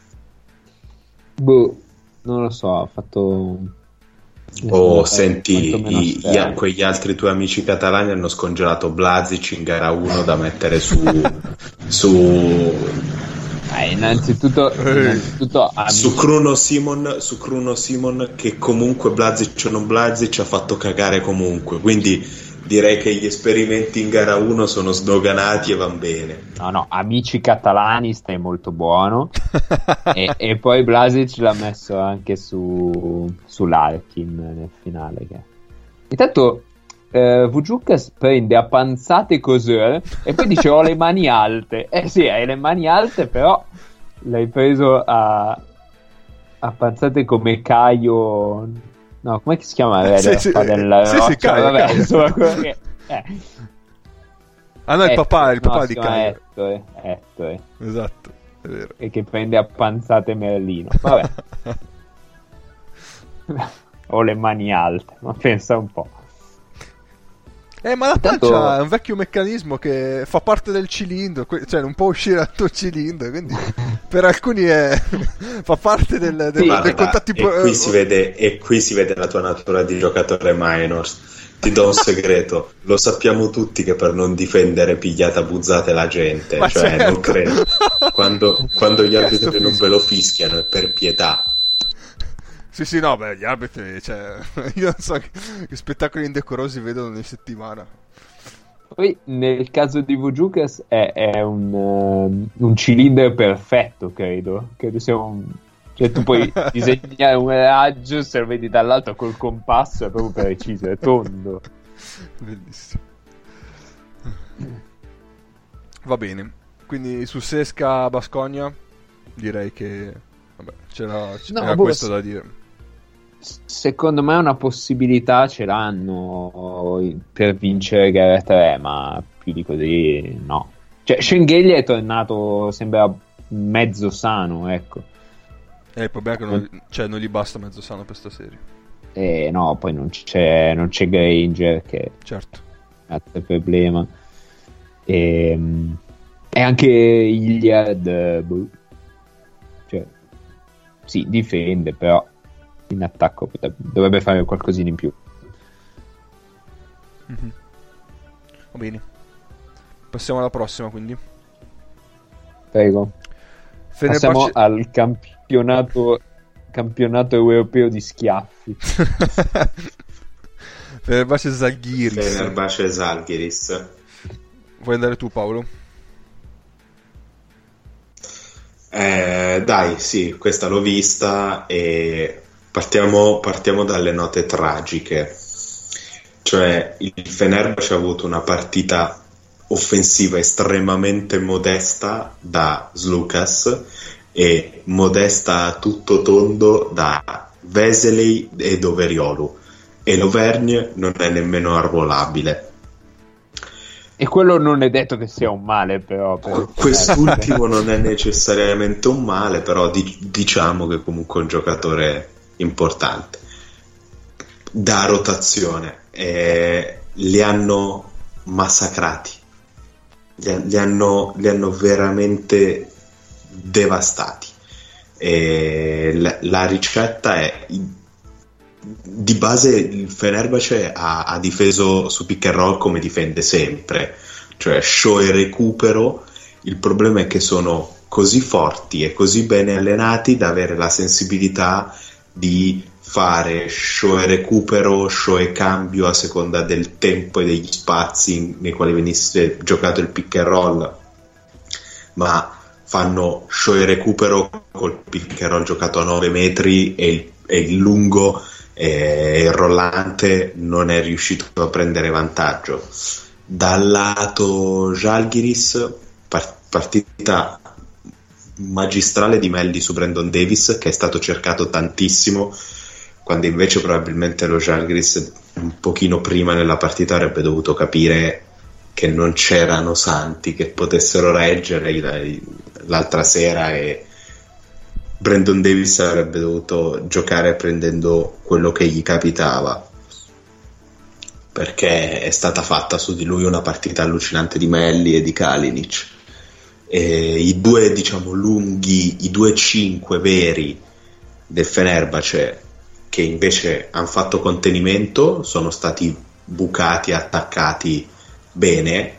Boh, non lo so, ha fatto... Oh, senti, i, gli, quegli altri tuoi amici catalani hanno scongelato Blazic in gara uno da mettere su su eh, innanzitutto, innanzitutto su Kruno Simon su Kruno Simon che comunque Blazic o non Blazic ha fatto cagare comunque, quindi direi che gli esperimenti in gara uno sono sdoganati e van bene. No, no, amici catalani stai molto buono. e, e poi Blazic l'ha messo anche su sull'Arkin nel finale. Che... Intanto eh, Vujukas prende a panzate Coseur e poi dice ho le mani alte. Eh sì, hai le mani alte, però l'hai preso a, a panzate come Caio... No, com'è che si chiama? Sì, sì, del... sì, sì, Caio, vabbè, Caio. insomma, quello che... Eh. Ah no, il Ettore, papà, il papà no, di si chiama Caio. Ettore, Ettore. Esatto, è vero. E che prende a panzate Merlino. Vabbè. Ho le mani alte, ma pensa un po'. Eh, ma la Tanto... pancia è un vecchio meccanismo che fa parte del cilindro, que- cioè non può uscire dal tuo cilindro, quindi per alcuni è... fa parte del, del, Sì, del Guarda, contatti... e, qui si vede, e qui si vede la tua natura di giocatore minors. Ti do un segreto, lo sappiamo tutti che per non difendere pigliate buzzate la gente, Ma cioè certo. non credo. Quando, quando gli arbitri Questo non fischio. ve lo fischiano è per pietà. Sì, sì, no, beh, gli arbitri, cioè, io non so che, che spettacoli indecorosi vedono in settimana. Poi nel caso di Vujukas è, è un, um, un cilindro perfetto, credo. Credo sia un... Cioè tu puoi disegnare un raggio, se lo vedi dall'alto col compasso è proprio preciso, è tondo. Bellissimo. Va bene, quindi su Sesca Bascogna direi che vabbè, c'era, c'era No, boh, questo s- da dire. Secondo me una possibilità ce l'hanno per vincere gara tre, ma più di così no. Cioè Schengelia è tornato, sembra mezzo sano, ecco. Eh, il problema è che non, cioè, non gli basta mezzo sano per sta serie. E no, poi non c'è, non c'è Granger che Certo. è un altro problema. E, e anche Hilliard, boh. Cioè, sì, difende, però in attacco potrebbe, dovrebbe fare qualcosina in più. Mm-hmm. Va bene. Passiamo alla prossima, quindi. Prego. Passiamo Fenerbahce... al campionato campionato europeo di schiaffi. Fenerbahce Zalgiris. Fenerbahce Zalgiris. Vuoi andare tu, Paolo? Eh, dai, sì, questa l'ho vista e partiamo, partiamo dalle note tragiche. Cioè, il Fenerbahce ha avuto una partita offensiva estremamente modesta da Slukas e modesta a tutto tondo da Vesely e Doveriolu, e l'Auvergne non è nemmeno arruolabile. E quello non è detto che sia un male, però. Per Quest'ultimo non è necessariamente un male, però di- diciamo che comunque è un giocatore importante da rotazione. E li hanno massacrati, li, li, hanno, li hanno veramente devastati. E la, la ricetta è: di base il Fenerbahce ha, ha difeso su pick and roll come difende sempre, cioè show e recupero. Il problema è che sono così forti e così bene allenati da avere la sensibilità di fare show e recupero, show e cambio a seconda del tempo e degli spazi nei quali venisse giocato il pick and roll, ma fanno show e recupero col pick and roll giocato a nove metri e il, e il lungo e il rollante non è riuscito a prendere vantaggio. Dal lato Žalgiris, par- partita magistrale di Melli su Brandon Davis, che è stato cercato tantissimo, quando invece probabilmente lo Žalgiris un pochino prima nella partita avrebbe dovuto capire che non c'erano santi che potessero reggere l'altra sera, e Brandon Davis avrebbe dovuto giocare prendendo quello che gli capitava. perché è stata fatta su di lui una partita allucinante di Melli e di Kalinic. E i due, diciamo, lunghi, i due cinque veri del Fenerbahce che invece hanno fatto contenimento sono stati bucati, attaccati bene.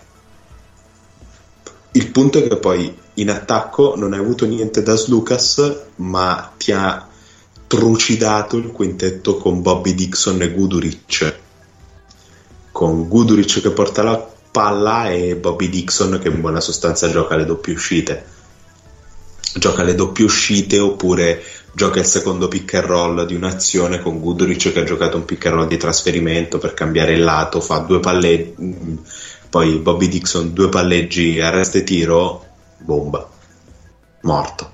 Il punto è che poi in attacco non hai avuto niente da Slucas, ma ti ha trucidato il quintetto con Bobby Dixon e Guduric, con Guduric che porta la palla e Bobby Dixon che in buona sostanza gioca le doppie uscite gioca le doppie uscite oppure gioca il secondo pick and roll di un'azione con Guduric che ha giocato un pick and roll di trasferimento per cambiare il lato, fa due palleggi, poi Bobby Dixon due palleggi, arresto e tiro, bomba, morto.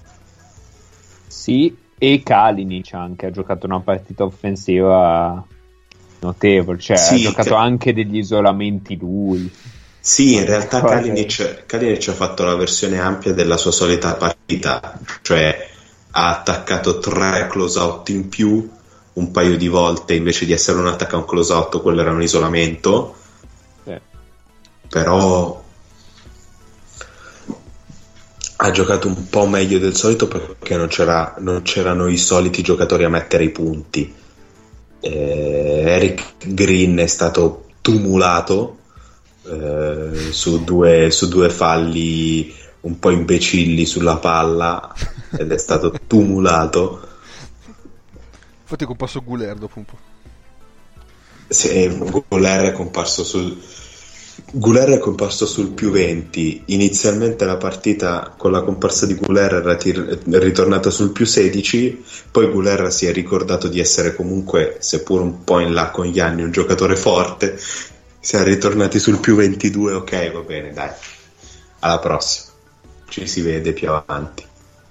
Sì, e Kalinic anche ha giocato una partita offensiva notevole, cioè sì, ha giocato che... anche degli isolamenti lui. Sì, in realtà Kalinic, Kalinic ha fatto la versione ampia della sua solita partita, cioè ha attaccato tre close out in più un paio di volte, invece di essere un attacco a un close out quello era un isolamento. Sì. Però ha giocato un po' meglio del solito perché non, c'era, non c'erano i soliti giocatori a mettere i punti. eh, Eric Green è stato tumulato eh, su, due, su due falli un po' imbecilli sulla palla ed è stato tumulato. Infatti è comparso Guler dopo un po'. Sì, Guler è comparso sul Guler è comparso sul più venti. Inizialmente la partita con la comparsa di Guler era tir- ritornata sul più sedici, poi Guler si è ricordato di essere comunque, seppur un po' in là con gli anni, un giocatore forte, siamo ritornati sul più ventidue. Ok, va bene, dai, alla prossima, ci si vede più avanti.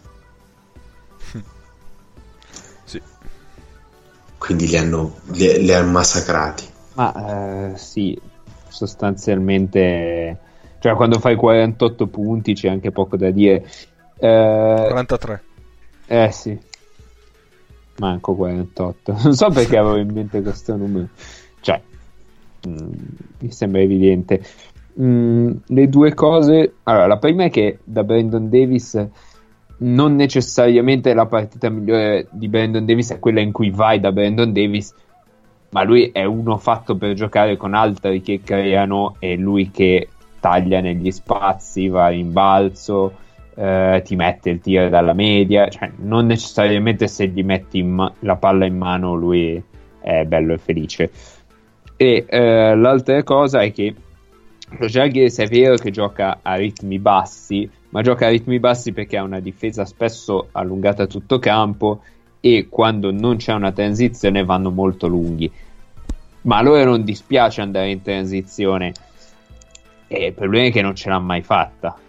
Sì. Quindi li hanno, li, li hanno massacrati. Ma eh, sì, sostanzialmente, cioè quando fai quarantotto punti c'è anche poco da dire. eh, quarantatré eh sì, manco quarantotto, non so perché avevo in mente questo numero, cioè mh, mi sembra evidente. mh, le due cose, allora la prima è che da Brandon Davis non necessariamente la partita migliore di Brandon Davis è quella in cui vai da Brandon Davis, ma lui è uno fatto per giocare con altri che creano, e lui che taglia negli spazi, va in balzo, eh, ti mette il tiro dalla media, cioè non necessariamente se gli metti in ma- la palla in mano lui è bello e felice. E eh, l'altra cosa è che lo Žalgiris è vero che gioca a ritmi bassi, ma gioca a ritmi bassi perché ha una difesa spesso allungata a tutto campo e quando non c'è una transizione vanno molto lunghi, ma a loro non dispiace andare in transizione, e il problema è che non ce l'ha mai fatta.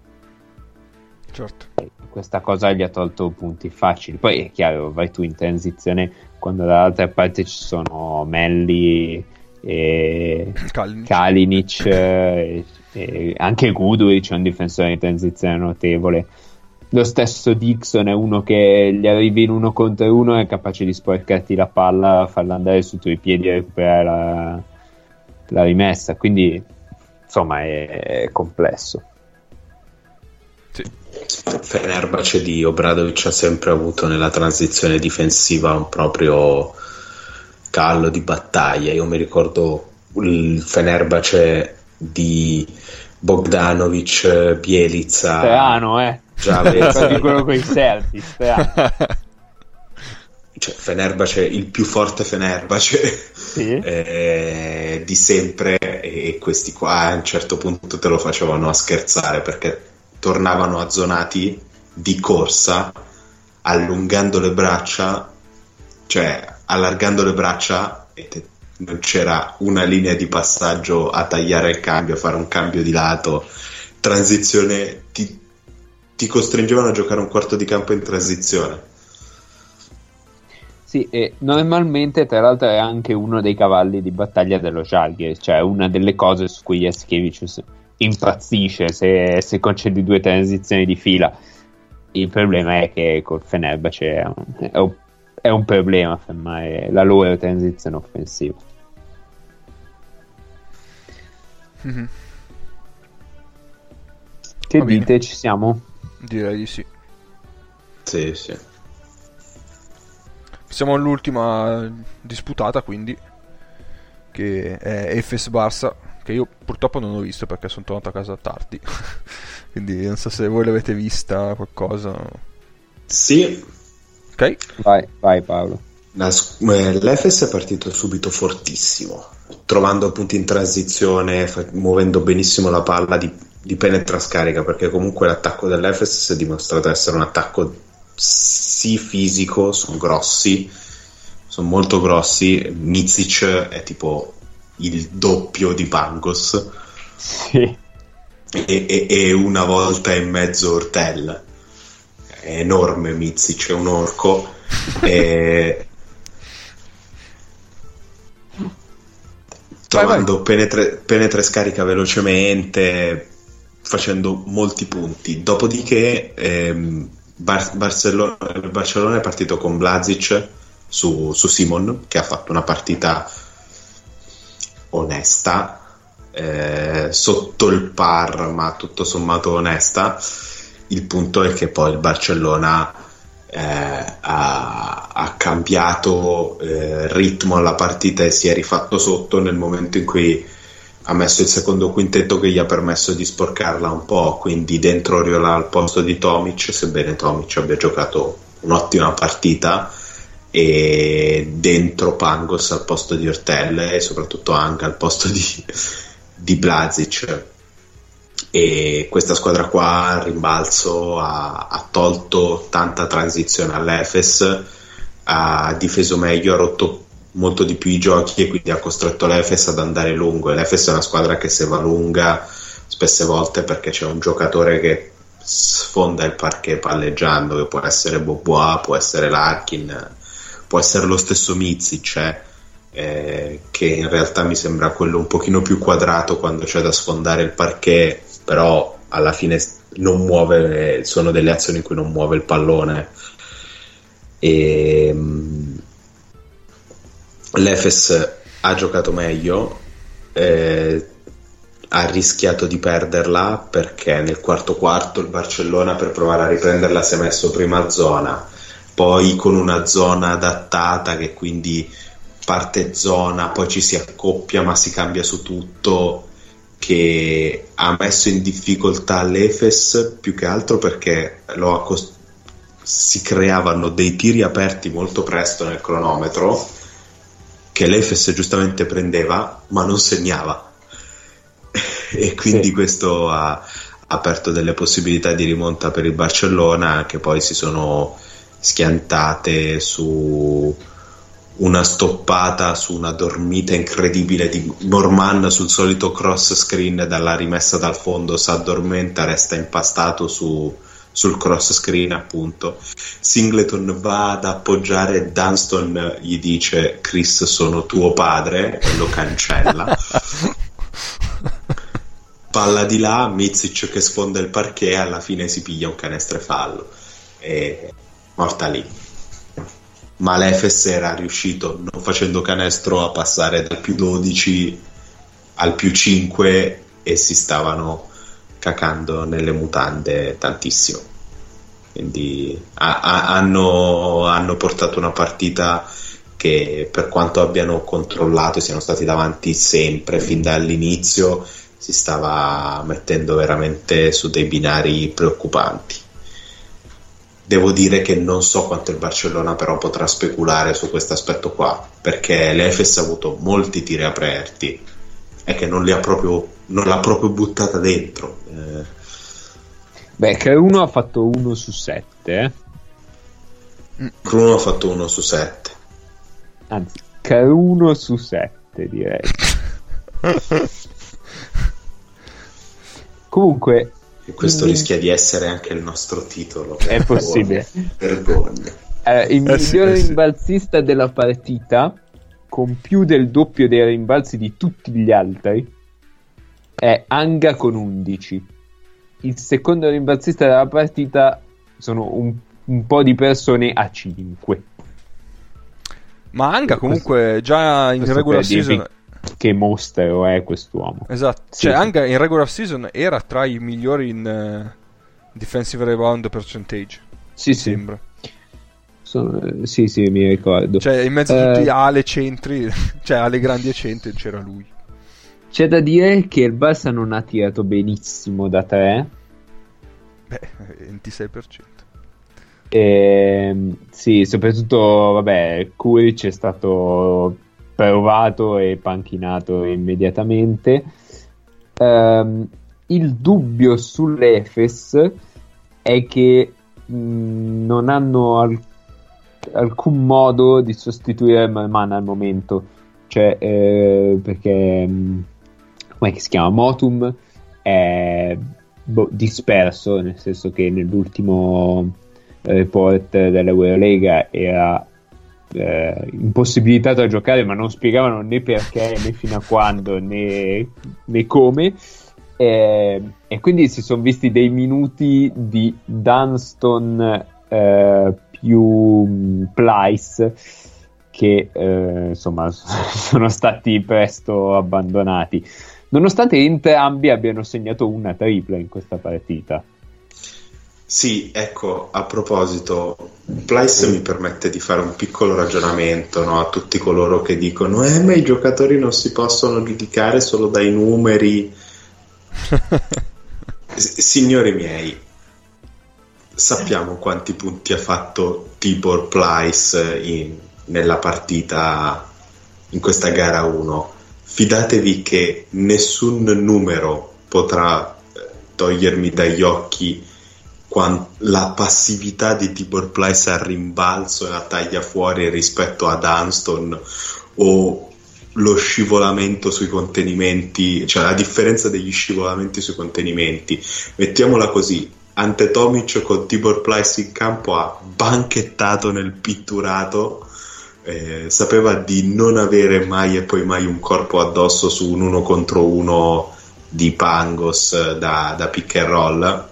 Certo. E questa cosa gli ha tolto punti facili. Poi è chiaro, vai tu in transizione quando dall'altra parte ci sono Melli e Kalinic, Kalinic e, e anche Guduric è un difensore di transizione notevole. Lo stesso Dixon è uno che gli arrivi in uno contro uno, è capace di sporcarti la palla, farla andare sui tuoi piedi e recuperare la, la rimessa. Quindi, insomma, è, è complesso. Sì. Fenerbahce di Obradovic ha sempre avuto nella transizione difensiva un proprio callo di battaglia. Io mi ricordo il Fenerbahce di Bogdanovic, Bjelica, Strano, eh? Già di quello con i Celtics, cioè Fenerbahce, il più forte Fenerbahce, sì. eh, di sempre, e questi qua a un certo punto te lo facevano a scherzare perché tornavano azzonati di corsa, allungando le braccia, cioè allargando le braccia, e te, non c'era una linea di passaggio a tagliare il cambio, a fare un cambio di lato, transizione, ti ti costringevano a giocare un quarto di campo in transizione. Sì, e normalmente tra l'altro è anche uno dei cavalli di battaglia dello Žalgiris, cioè una delle cose su cui Jasikevičius impazzisce se, se concedi due transizioni di fila. Il problema è che col Fenerbahce è un, è un, è un problema fermare la loro transizione offensiva. Mm-hmm. Che Va dite, bene. ci siamo? Direi di sì. Sì, sì. Siamo all'ultima disputata, quindi, che è Efes Barça, che io purtroppo non ho visto perché sono tornato a casa tardi. Quindi non so se voi l'avete vista qualcosa. Sì, Ok? Vai, vai Paolo. la sc- eh, l'Efes è partito subito fortissimo, trovando punti in transizione, fa- muovendo benissimo la palla di, di penetra scarica, perché comunque l'attacco dell'Efes si è dimostrato essere un attacco sì fisico, sono grossi, sono molto grossi. Micic è tipo il doppio di Pangos Sì. e, e- e una volta e mezzo Ortel. È enorme Micic, è un orco. e... trovando vai. penetra, penetra e scarica velocemente, facendo molti punti. Dopodiché ehm, Bar- Barcellona, il Barcellona è partito con Blazic su, su Simon, che ha fatto una partita onesta, eh, sotto il par, ma tutto sommato onesta. Il punto è che poi il Barcellona eh, ha, ha cambiato eh, ritmo alla partita e si è rifatto sotto nel momento in cui ha messo il secondo quintetto che gli ha permesso di sporcarla un po', quindi dentro Oriola al posto di Tomic, sebbene Tomic abbia giocato un'ottima partita, e dentro Pangos al posto di Ortel e soprattutto anche al posto di, di Blazic. E questa squadra qua al rimbalzo ha, ha tolto tanta transizione all'Efes, ha difeso meglio, ha rotto molto di più i giochi e quindi ha costretto l'Efes ad andare lungo. E l'Efes è una squadra che se va lunga spesse volte perché c'è un giocatore che sfonda il parquet palleggiando, che può essere Bobois, può essere Larkin, può essere lo stesso Micic, eh, eh, che in realtà mi sembra quello un pochino più quadrato quando c'è da sfondare il parquet, però alla fine non muove, sono delle azioni in cui non muove il pallone. E l'Efes ha giocato meglio, eh, ha rischiato di perderla perché nel quarto quarto il Barcellona, per provare a riprenderla, si è messo prima a zona, poi con una zona adattata che quindi parte zona, poi ci si accoppia ma si cambia su tutto, che ha messo in difficoltà l'Efes più che altro perché lo accost- si creavano dei tiri aperti molto presto nel cronometro che l'Efes giustamente prendeva ma non segnava e quindi sì. Questo ha, ha aperto delle possibilità di rimonta per il Barcellona, che poi si sono schiantate su una stoppata, su una dormita incredibile di Norman sul solito cross screen dalla rimessa dal fondo, si addormenta, resta impastato su, sul cross screen appunto. Singleton va ad appoggiare, Dunston gli dice Chris sono tuo padre e lo cancella. Palla di là, Micic che sfonda il parquet, alla fine si piglia un canestro e fallo e morta lì. Ma l'Efes era riuscito, non facendo canestro, a passare dal più dodici al più cinque e si stavano cacando nelle mutande tantissimo. Quindi a, a, hanno, hanno portato una partita che, per quanto abbiano controllato e siano stati davanti sempre fin dall'inizio, si stava mettendo veramente su dei binari preoccupanti. Devo dire che non so quanto il Barcellona però potrà speculare su questo aspetto qua, perché l'Efes ha avuto molti tiri aperti e che non li ha proprio, non l'ha proprio buttata dentro. Eh. Beh, che uno ha fatto uno su sette, eh? Uno ha fatto uno su sette. Anzi, che uno su sette direi. Comunque, e questo il... rischia di essere anche il nostro titolo. È possibile. Vergogna. Eh, il eh sì, migliore eh sì. rimbalzista della partita, con più del doppio dei rimbalzi di tutti gli altri, è Anga con undici. Il secondo rimbalzista della partita sono un, un po' di persone a cinque. Ma Anga comunque già in questo regular per dirvi- season che mostro è quest'uomo. Esatto, Sì, cioè sì. anche in regular season era tra i migliori in uh, defensive rebound percentage, Sì, mi sì. sembra. Sono, eh, sì, sì, mi ricordo. Cioè in mezzo a Eh, tutti ale centri, cioè alle grandi e centri c'era lui. C'è da dire che il Barça non ha tirato benissimo da tre. Beh, ventisei per cento. Ehm, sì, soprattutto, vabbè, Kuric è stato provato e panchinato immediatamente. Ehm, il dubbio sull'Efes è che mh, non hanno al- alcun modo di sostituire Merman al momento, cioè eh, perché mh, come si chiama? Motum è boh, disperso, nel senso che nell'ultimo report dell'Eurolega era eh, impossibilitato a giocare, ma non spiegavano né perché né fino a quando né, né come, eh, e quindi si sono visti dei minuti di Dunston eh, più Plyce che eh, insomma sono stati presto abbandonati, nonostante entrambi abbiano segnato una tripla in questa partita. Sì, ecco, a proposito, Plyce mi permette di fare un piccolo ragionamento, no, a tutti coloro che dicono eh, ma i giocatori non si possono giudicare solo dai numeri. S- signori miei, sappiamo quanti punti ha fatto Tibor Plyce in, nella partita, in questa gara uno. Fidatevi che nessun numero potrà eh, togliermi dagli occhi la passività di Tibor Plyce al rimbalzo e la taglia fuori rispetto a Dunston, o lo scivolamento sui contenimenti, cioè la differenza degli scivolamenti sui contenimenti. Mettiamola così: Ante Tomic con Tibor Plyce in campo ha banchettato nel pitturato, eh, sapeva di non avere mai e poi mai un corpo addosso su un uno contro uno di Pangos da, da pick and roll,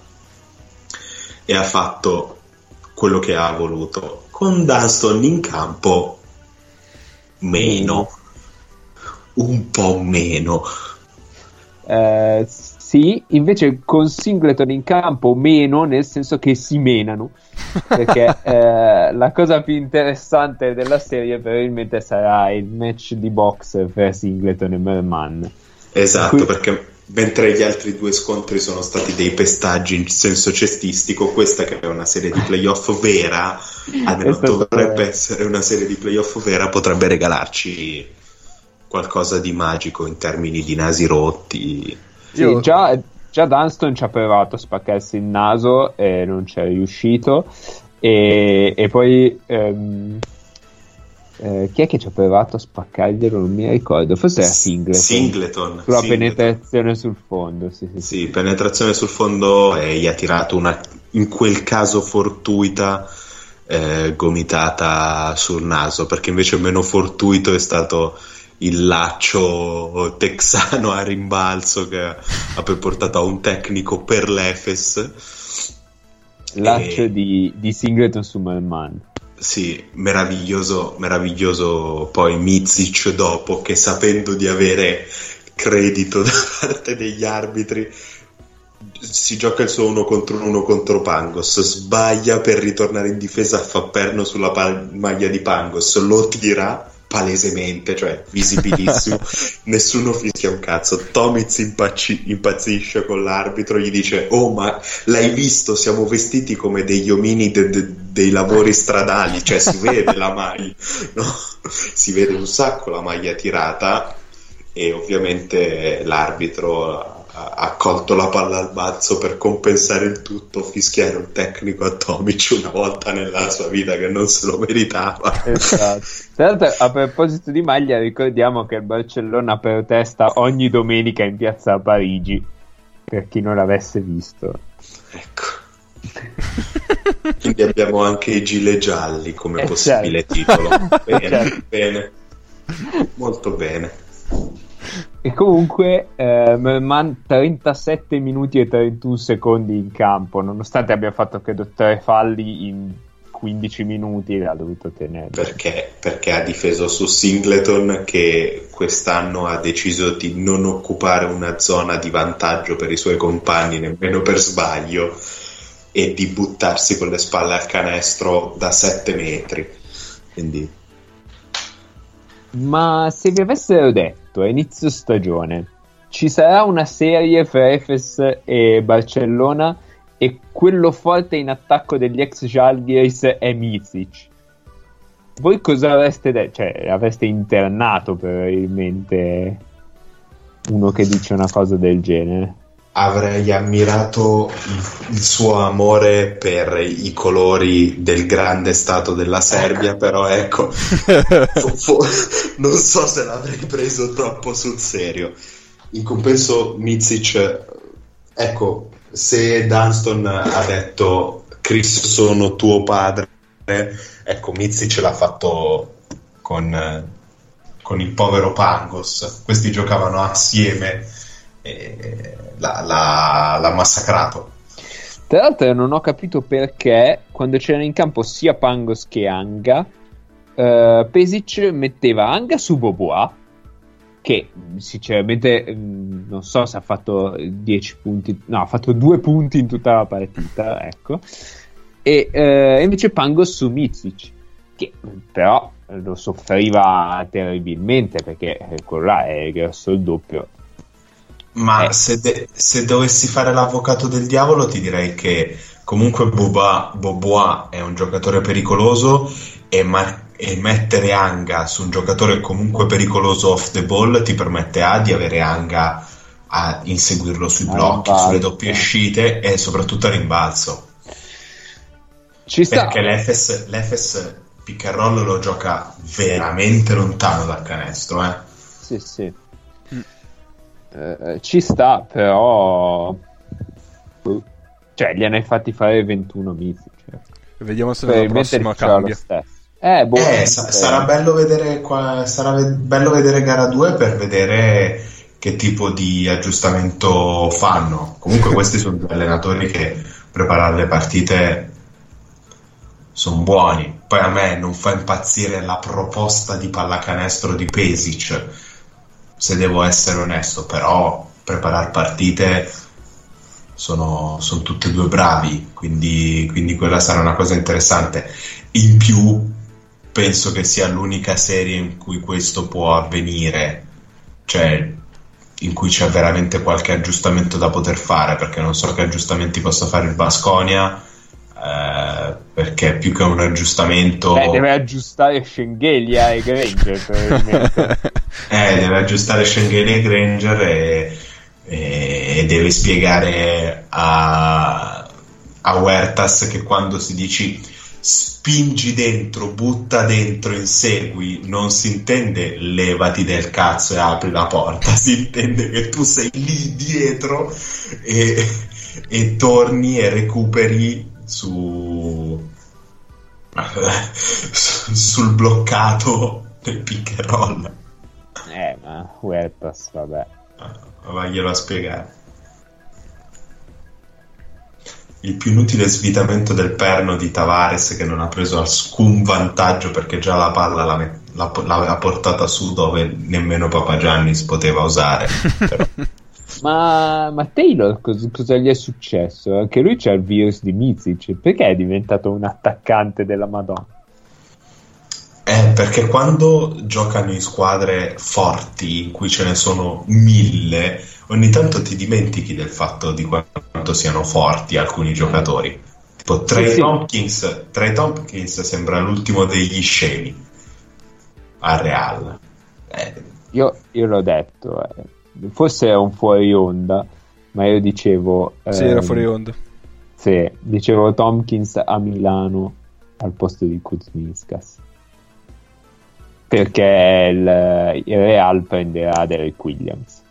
e ha fatto quello che ha voluto. Con Dunston in campo meno, un po' meno. Eh, sì, invece con Singleton in campo meno, nel senso che si menano, perché eh, la cosa più interessante della serie probabilmente sarà il match di box fra Singleton e Merman. Esatto, Qui... perché mentre gli altri due scontri sono stati dei pestaggi in senso cestistico, questa, che è una serie di playoff vera, almeno dovrebbe essere una serie di playoff vera, potrebbe regalarci qualcosa di magico in termini di nasi rotti. Sì, Io... già, già Dunston ci ha provato a spaccarsi il naso e non ci è riuscito, e, e poi ehm, eh, chi è che ci ha provato a spaccarglielo? Non mi ricordo, forse era Singleton. Singleton Sulla Singleton. penetrazione sul fondo. Sì, sì, sì, sì. penetrazione sul fondo, e gli ha tirato una, in quel caso fortuita, eh, gomitata sul naso, perché invece meno fortuito è stato il laccio texano a rimbalzo che ha poi portato a un tecnico per l'Efes. Laccio e... di, di Singleton su Merman. Sì, meraviglioso, meraviglioso poi Mizic dopo, che sapendo di avere credito da parte degli arbitri si gioca il suo uno contro uno contro Pangos, sbaglia per ritornare in difesa a Fapperno sulla pa- maglia di Pangos, lo tira palesemente, cioè visibilissimo. Nessuno fischia un cazzo. Tomic impacci- impazzisce con l'arbitro, gli dice oh ma l'hai visto, siamo vestiti come degli omini de- de- dei lavori stradali, cioè si vede la maglia, no? Si vede un sacco la maglia tirata, e ovviamente l'arbitro ha colto la palla al balzo per compensare il tutto, fischiare un tecnico a Tomic una volta nella sua vita che non se lo meritava. Esatto. Tra l'altro, a proposito di maglia, ricordiamo che il Barcellona protesta ogni domenica in piazza a Parigi, per chi non l'avesse visto. Ecco. Quindi abbiamo anche i gilet gialli come eh possibile certo. titolo. Bene, certo. bene, molto bene. E comunque eh, Merman trentasette minuti e trentuno secondi in campo, nonostante abbia fatto credo tre falli in quindici minuti l'ha dovuto tenere. Perché, perché ha difeso su Singleton, che quest'anno ha deciso di non occupare una zona di vantaggio per i suoi compagni, nemmeno per sbaglio, e di buttarsi con le spalle al canestro da sette metri. Quindi... Ma se vi avessero detto a inizio stagione ci sarà una serie fra Efes e Barcellona e quello forte in attacco degli ex Žalgiris è Micic, voi cosa avreste detto? Cioè, avreste internato probabilmente uno che dice una cosa del genere. Avrei ammirato il, il suo amore per i colori del grande stato della Serbia, però ecco, fo- fo- non so se l'avrei preso troppo sul serio. In compenso Micic, ecco, se Dunston ha detto Chris sono tuo padre, ecco, Micic l'ha fatto con, con il povero Pangos. Questi giocavano assieme e l'ha, l'ha, l'ha massacrato. Tra l'altro non ho capito perché quando c'erano in campo sia Pangos che Anga, eh, Pešić metteva Anga su Bobois, che sinceramente mh, non so se ha fatto dieci punti, no, ha fatto due punti in tutta la partita, ecco, e eh, invece Pangos su Micic, che però lo soffriva terribilmente perché quello là è grosso il doppio. Ma eh. se, de- se dovessi fare l'avvocato del diavolo ti direi che comunque Boba- Bobois è un giocatore pericoloso e, ma- e mettere Anga su un giocatore comunque pericoloso off the ball ti permette A di avere Anga a inseguirlo sui a blocchi, rimbalzo, sulle doppie uscite e soprattutto a rimbalzo. Ci sta. Perché l'Efes, l'Efes pick and roll lo gioca veramente lontano dal canestro, eh? Sì, sì. Uh, ci sta, però uh, cioè gli hanno fatti fare ventuno mesi, cioè. Vediamo se nella prossima cambia. Eh, boh, eh, sa- sarà bello vedere qua, sarà ve- bello vedere gara due per vedere che tipo di aggiustamento fanno. Comunque questi sono due allenatori che preparare le partite sono buoni. Poi a me non fa impazzire la proposta di pallacanestro di Pešić, se devo essere onesto, però preparare partite sono, sono tutti e due bravi, quindi, quindi quella sarà una cosa interessante. In più penso che sia l'unica serie in cui questo può avvenire, cioè in cui c'è veramente qualche aggiustamento da poter fare, perché non so che aggiustamenti possa fare il Baskonia, eh, perché più che un aggiustamento eh, deve aggiustare Schengelia e Granger probabilmente. eh, deve aggiustare Schengelia e Granger e, e, e deve spiegare a, a Huertas che quando si dici spingi dentro, butta dentro, insegui, non si intende levati del cazzo e apri la porta, si intende che tu sei lì dietro e, e torni e recuperi su sul bloccato del pick and roll. Eh, ma Huertas, vabbè. Vaglielo a spiegare. Il più inutile svitamento del perno di Tavares, che non ha preso alcun vantaggio perché già la palla l'ha, l'ha, l'aveva portata su dove nemmeno Papagiannis poteva usare. Però. ma, ma Taylor cosa, cosa gli è successo? Anche lui c'ha il virus di Micic, perché è diventato un attaccante della Madonna? Eh, perché quando giocano in squadre forti, in cui ce ne sono mille, ogni tanto ti dimentichi del fatto di quanto siano forti alcuni giocatori. Tipo Trey sì, Tompkins, sì. Trey Tompkins sembra l'ultimo degli scemi al Real. Eh. Io, io l'ho detto, eh. Forse è un fuori onda, ma io dicevo... Sì, ehm, era fuori onda. Sì, dicevo Tompkins a Milano al posto di Kuzminskas. Perché il, il Real prenderà Derek Williams.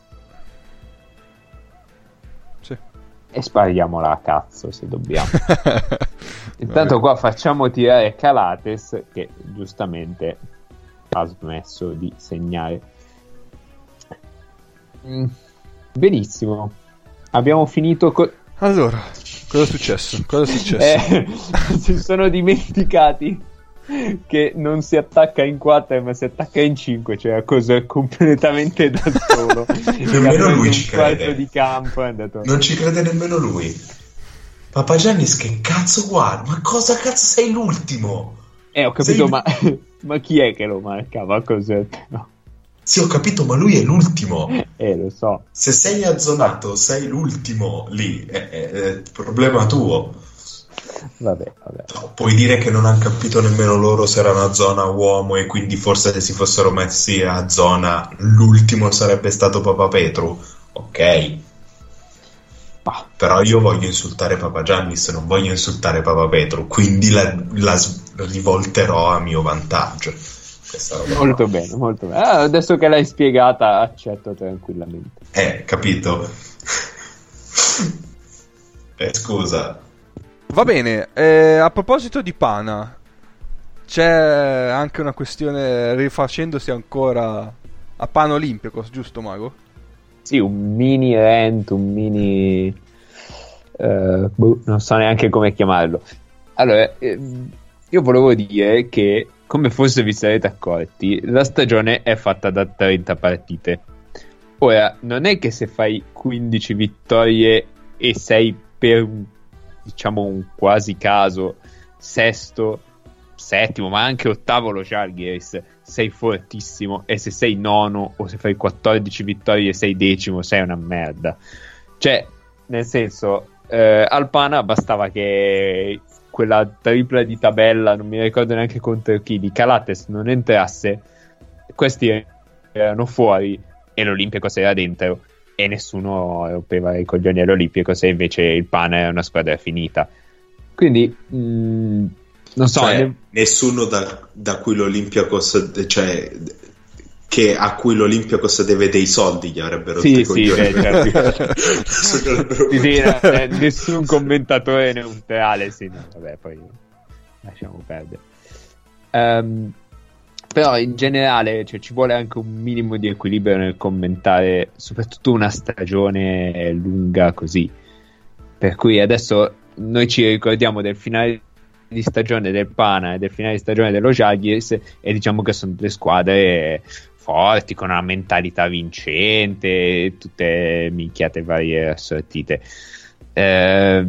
Sì. E spariamola a cazzo se dobbiamo. Intanto qua facciamo tirare Calates, che giustamente ha smesso di segnare. Mm, benissimo. Abbiamo finito con... Allora, cosa è successo? Cosa è successo? Eh, si sono dimenticati che non si attacca in quattro ma si attacca in cinque, cioè cosa è completamente da solo. Nemmeno lui ci crede. Di campo, è andato... Non ci crede nemmeno lui. Papagiannis, che cazzo guarda? Ma cosa cazzo sei l'ultimo? Eh, ho capito, sei... ma, ma chi è che lo marcava cos'è? No. Sì, ho capito, ma lui è l'ultimo. Eh, lo so. Se sei azzonato, sei l'ultimo lì, è, è, è problema tuo. Vabbè, vabbè. No, puoi dire che non hanno capito nemmeno loro se era una zona uomo e quindi forse se si fossero messi a zona l'ultimo sarebbe stato Papapetru. Ok. Ah. Però io voglio insultare Papagiannis, non voglio insultare Papapetru, quindi la, la rivolterò a mio vantaggio. Molto bene, molto bene. Ah, adesso che l'hai spiegata, accetto tranquillamente. Eh, capito. eh, scusa. Va bene, eh, a proposito di Pana, c'è anche una questione rifacendosi ancora a Pana Olympiacos, giusto Mago? Sì, un mini rant, un mini... Uh, boh, non so neanche come chiamarlo. Allora, ehm, io volevo dire che, come forse vi sarete accorti, la stagione è fatta da trenta partite. Ora, non è che se fai quindici vittorie e sei per, diciamo, un quasi caso sesto, settimo, ma anche ottavo lo Žalgiris, sei fortissimo, e se sei nono o se fai quattordici vittorie e sei decimo sei una merda. Cioè, nel senso, eh, al Pana bastava che quella tripla di tabella, non mi ricordo neanche contro chi, di Calates non entrasse, questi erano fuori e l'Olympiacos era dentro e nessuno rompeva i coglioni all'Olympiacos, e invece il Pana è una squadra finita. Quindi mh, non so, cioè, ne... nessuno da, da cui l'Olympiacos, cioè che a cui l'Olympiacos deve dei soldi gli avrebbero sì, i sì, coglioni. beh, certo. sì, sì, eh, nessun commentatore neutrale, sì, no, vabbè, poi lasciamo perdere. Um, però in generale, cioè, ci vuole anche un minimo di equilibrio nel commentare soprattutto una stagione lunga così, per cui adesso noi ci ricordiamo del finale di stagione del Pana e del finale di stagione dello Žalgiris e diciamo che sono due squadre forti, con una mentalità vincente, tutte minchiate varie assortite. Eh,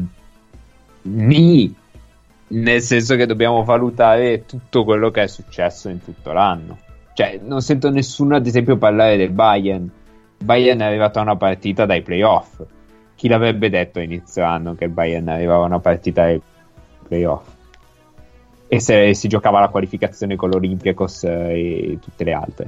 ni, nel senso che dobbiamo valutare tutto quello che è successo in tutto l'anno. Cioè, non sento nessuno ad esempio parlare del Bayern. Bayern è arrivato a una partita dai playoff. Chi l'avrebbe detto a inizio anno che il Bayern arrivava a una partita dai playoff? E se si giocava la qualificazione con l'Olympiacos e tutte le altre.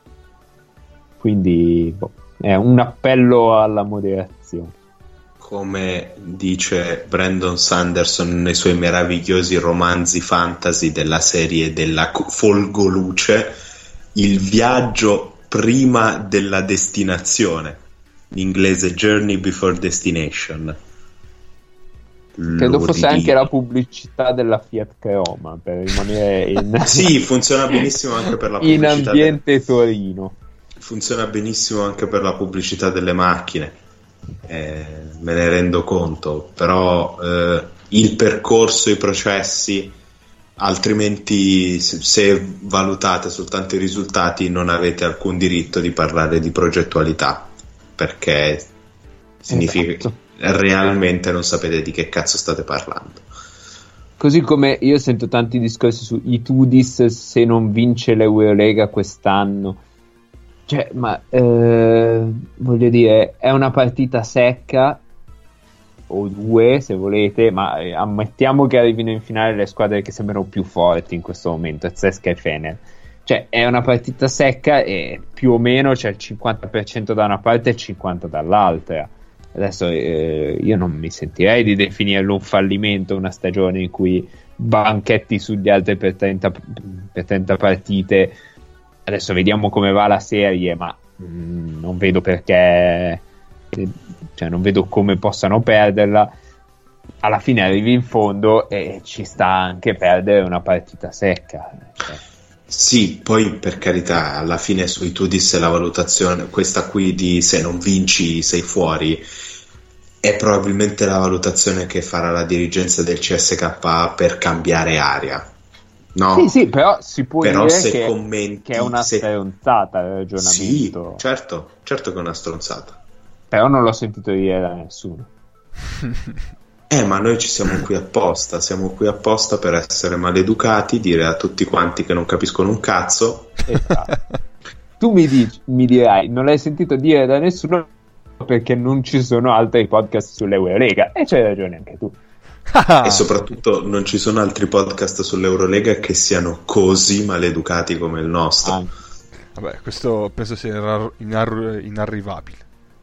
Quindi boh, è un appello alla moderazione. Come dice Brandon Sanderson nei suoi meravigliosi romanzi fantasy della serie della Folgoluce, il viaggio prima della destinazione, in inglese Journey Before Destination. Credo fosse anche la pubblicità della Fiat Croma, per rimanere in sì, funziona benissimo anche per la pubblicità in ambiente del... Torino. Funziona benissimo anche per la pubblicità delle macchine, eh, me ne rendo conto, però eh, il percorso, i processi, altrimenti se, se valutate soltanto i risultati non avete alcun diritto di parlare di progettualità, perché significa esatto. Realmente non sapete di che cazzo state parlando. Così come io sento tanti discorsi su Itudis se non vince l'Eurolega quest'anno, cioè, ma eh, voglio dire, è una partita secca o due se volete, ma eh, ammettiamo che arrivino in finale le squadre che sembrano più forti in questo momento, Zesca e Fener. Cioè, è una partita secca e più o meno c'è il cinquanta per cento da una parte e il cinquanta per cento dall'altra. Adesso eh, io non mi sentirei di definirlo un fallimento, una stagione in cui banchetti sugli altri per trenta, per trenta partite. Adesso vediamo come va la serie, ma mh, non vedo perché, eh, cioè non vedo come possano perderla. Alla fine arrivi in fondo e ci sta anche perdere una partita secca. Sì, poi per carità, alla fine sui Tudis la valutazione, questa qui di se non vinci sei fuori, è probabilmente la valutazione che farà la dirigenza del C S K A per cambiare aria. No? Sì, sì, però si può però dire se che, commenti, che è una se... stronzata il ragionamento. Sì, certo, certo che è una stronzata. Però non l'ho sentito dire da nessuno. Eh, ma noi ci siamo qui apposta, siamo qui apposta per essere maleducati, dire a tutti quanti che non capiscono un cazzo. Esatto. Tu mi, dici, mi dirai, non l'hai sentito dire da nessuno perché non ci sono altri podcast sull'Eurolega, e c'hai ragione anche tu. E soprattutto non ci sono altri podcast sull'Eurolega che siano così maleducati come il nostro. Ah. Vabbè, questo penso sia inar- inar- inarrivabile.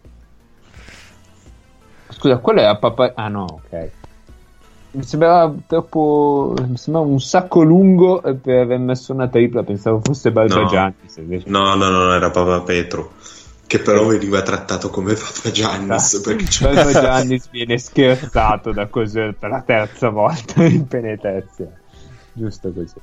Scusa, quello era papà. Ah no, ok. Mi sembrava troppo. Mi sembrava un sacco lungo per aver messo una tripla. Pensavo fosse Barbagianni. No, no, no, no, era Papa Petro. Che però veniva trattato come Papa Giannis. Perché c'è... Papa Giannis viene scherzato da così per la terza volta in penetenzia. Giusto così.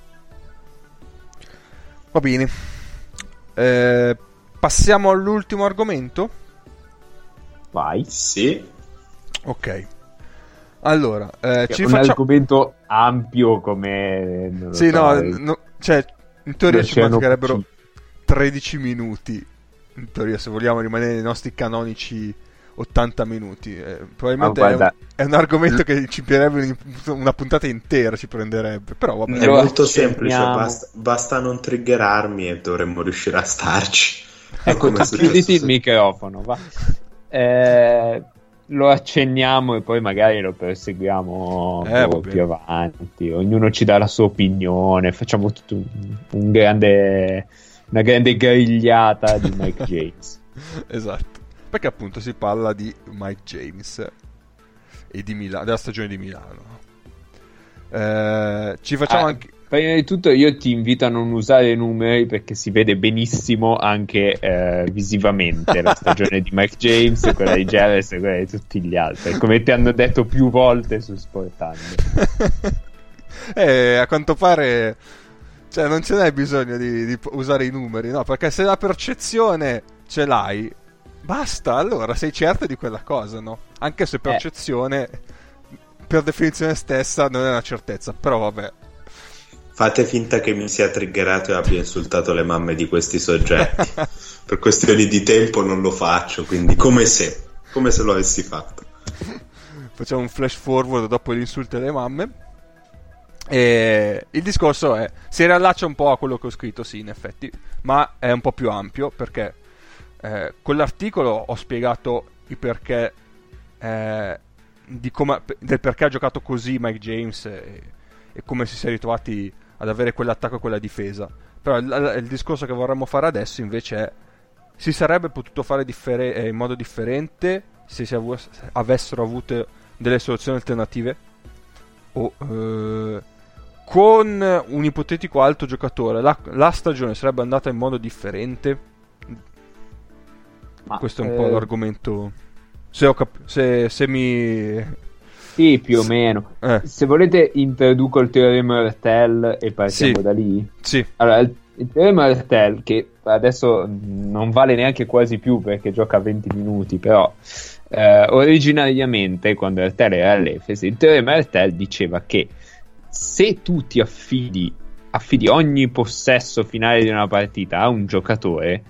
Va bene. Eh, passiamo all'ultimo argomento? Vai. Sì. Ok. Allora, eh, ci un facciamo... argomento ampio come... Non lo sì, so, no, il... no, cioè, in teoria ci L'oceano mancherebbero Pacifico. tredici minuti. In teoria, se vogliamo rimanere nei nostri canonici ottanta minuti. Eh, probabilmente Ma guarda, è, un, è un argomento che ci prenderebbe una puntata intera, ci prenderebbe. Però vabbè. È Lo molto accenniamo. semplice, basta, basta non triggerarmi e dovremmo riuscire a starci. Ecco, Come è chiuditi successo. il microfono, va. Eh, lo accenniamo e poi magari lo perseguiamo Eh, boh, va più avanti. Ognuno ci dà la sua opinione, facciamo tutto un, un grande, una grande grigliata di Mike James. Esatto. Perché appunto si parla di Mike James e di Milano, della stagione di Milano. Eh, ci facciamo Ah, anche... Prima di tutto io ti invito a non usare numeri perché si vede benissimo anche eh, visivamente la stagione di Mike James, quella di Jarvis e quella di tutti gli altri, come ti hanno detto più volte su Sportando. eh, a quanto pare, cioè, non ce n'è bisogno di, di usare i numeri, no? Perché se la percezione ce l'hai, basta, allora sei certo di quella cosa, no? Anche se percezione, eh. per definizione stessa, non è una certezza, però vabbè. Fate finta che mi sia triggerato e abbia insultato le mamme di questi soggetti. Per questioni di tempo non lo faccio, quindi come se, come se lo avessi fatto. Facciamo un flash forward dopo gli insulti alle mamme. E il discorso è, si riallaccia un po' a quello che ho scritto, sì, in effetti, ma è un po' più ampio perché eh, con l'articolo ho spiegato il perché eh, di come, del perché ha giocato così Mike James e, e come si sia ritrovati ad avere quell'attacco e quella difesa. Però il, il discorso che vorremmo fare adesso invece è: si sarebbe potuto fare differ- in modo differente se si av- avessero avuto delle soluzioni alternative, o eh, con un ipotetico alto giocatore la, la stagione sarebbe andata in modo differente. Ma, questo è un eh... po' l'argomento, se, ho cap- se, se mi... Sì, più o meno. Eh. Se volete introduco il teorema Ertel e partiamo Sì. da lì. Sì. Allora, il, il teorema Ertel, che adesso non vale neanche quasi più perché gioca venti minuti, però eh, originariamente quando Ertel era all'Efes, il teorema Ertel diceva che se tu ti affidi, affidi ogni possesso finale di una partita a un giocatore,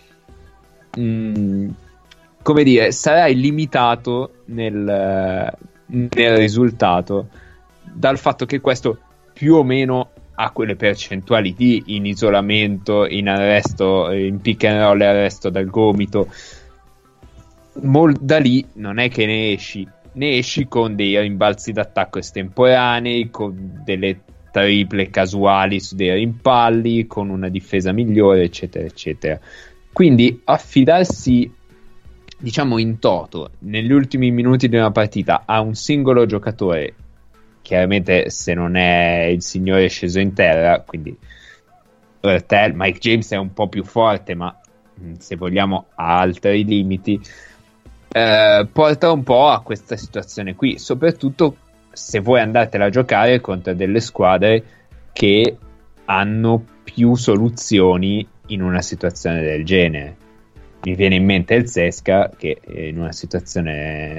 mh, come dire, sarai limitato nel... nel risultato dal fatto che questo più o meno ha quelle percentuali di in isolamento, in arresto, in pick and roll e arresto dal gomito. Mol- da lì non è che ne esci, ne esci con dei rimbalzi d'attacco estemporanei, con delle triple casuali su dei rimpalli, con una difesa migliore, eccetera eccetera. Quindi affidarsi, diciamo, in toto negli ultimi minuti di una partita a un singolo giocatore, chiaramente se non è il signore sceso in terra, quindi Ertel, Mike James è un po' più forte, ma mh, se vogliamo ha altri limiti, eh, porta un po' a questa situazione qui, soprattutto se vuoi andartela a giocare contro delle squadre che hanno più soluzioni in una situazione del genere. Mi viene in mente il Zesca che in una situazione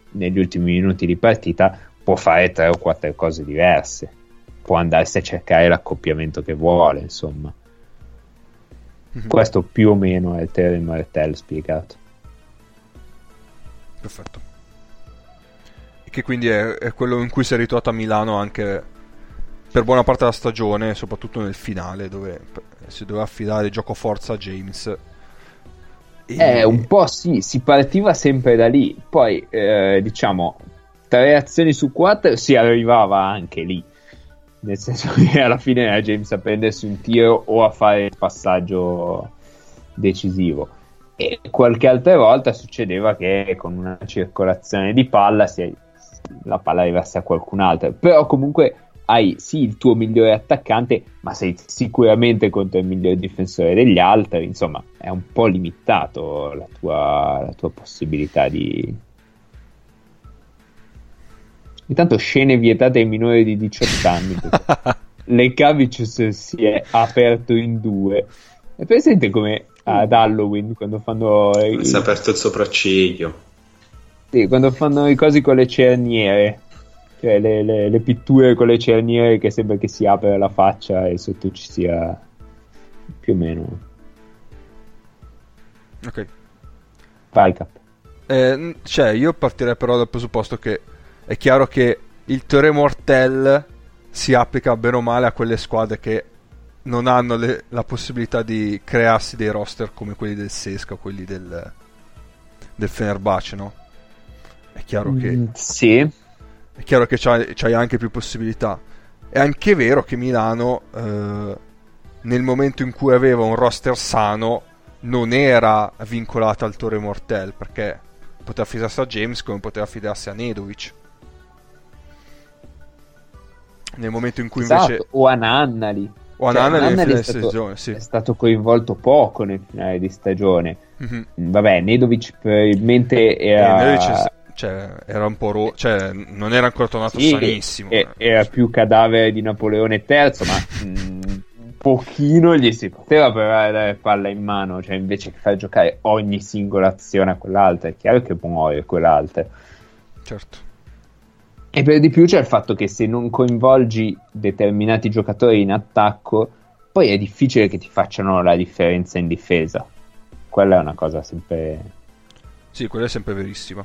negli ultimi minuti di partita può fare tre o quattro cose diverse, può andarsi a cercare l'accoppiamento che vuole, insomma. Mm-hmm. Questo più o meno è il teorema Martell spiegato. Perfetto. E che quindi è, è quello in cui si è ritrovato a Milano anche per buona parte della stagione, soprattutto nel finale, dove si doveva affidare gioco forza a James. E... Eh, un po' sì, si partiva sempre da lì, poi eh, diciamo tre azioni su quattro si arrivava anche lì, nel senso che alla fine era James a prendersi un tiro o a fare il passaggio decisivo, e qualche altra volta succedeva che con una circolazione di palla si, la palla arrivasse a qualcun altro, però comunque hai sì il tuo migliore attaccante, ma sei sicuramente contro il migliore difensore degli altri, insomma è un po' limitato la tua, la tua possibilità di... Intanto scene vietate ai minori di diciotto anni. L'Ekavic si è aperto in due. È presente come ad Halloween quando fanno... Si è aperto il sopracciglio. Sì, quando fanno i cosi con le cerniere. Cioè le, le, le pitture con le cerniere che sembra che si apra la faccia e sotto ci sia più o meno. Ok. Vai, Cap. Eh, cioè io partirei però dal presupposto che è chiaro che il teorema Martell si applica bene o male a quelle squadre che non hanno le, la possibilità di crearsi dei roster come quelli del Sesca o quelli del del Fenerbahce, no? È chiaro che mm, sì. È chiaro che c'hai, c'hai anche più possibilità. È anche vero che Milano, eh, nel momento in cui aveva un roster sano, non era vincolata al teorema Martell, perché poteva affidarsi a James come poteva affidarsi a Nedovic. Nel momento in cui esatto, invece... o a Nannali. O a cioè, Nannali nel finale è di stato, stagione, sì. È stato coinvolto poco nel finale di stagione. Mm-hmm. Vabbè, Nedovic probabilmente era... E Nedovic cioè, era un po' ro- cioè, non era ancora tornato sì, sanissimo. E, era più cadavere di Napoleone terzo, ma mh, un pochino gli si poteva provare a dare palla in mano, cioè invece che far giocare ogni singola azione a quell'altra. È chiaro che muore quell'altra. Certo. E per di più c'è il fatto che se non coinvolgi determinati giocatori in attacco, poi è difficile che ti facciano la differenza in difesa. Quella è una cosa sempre... Sì, quella è sempre verissima.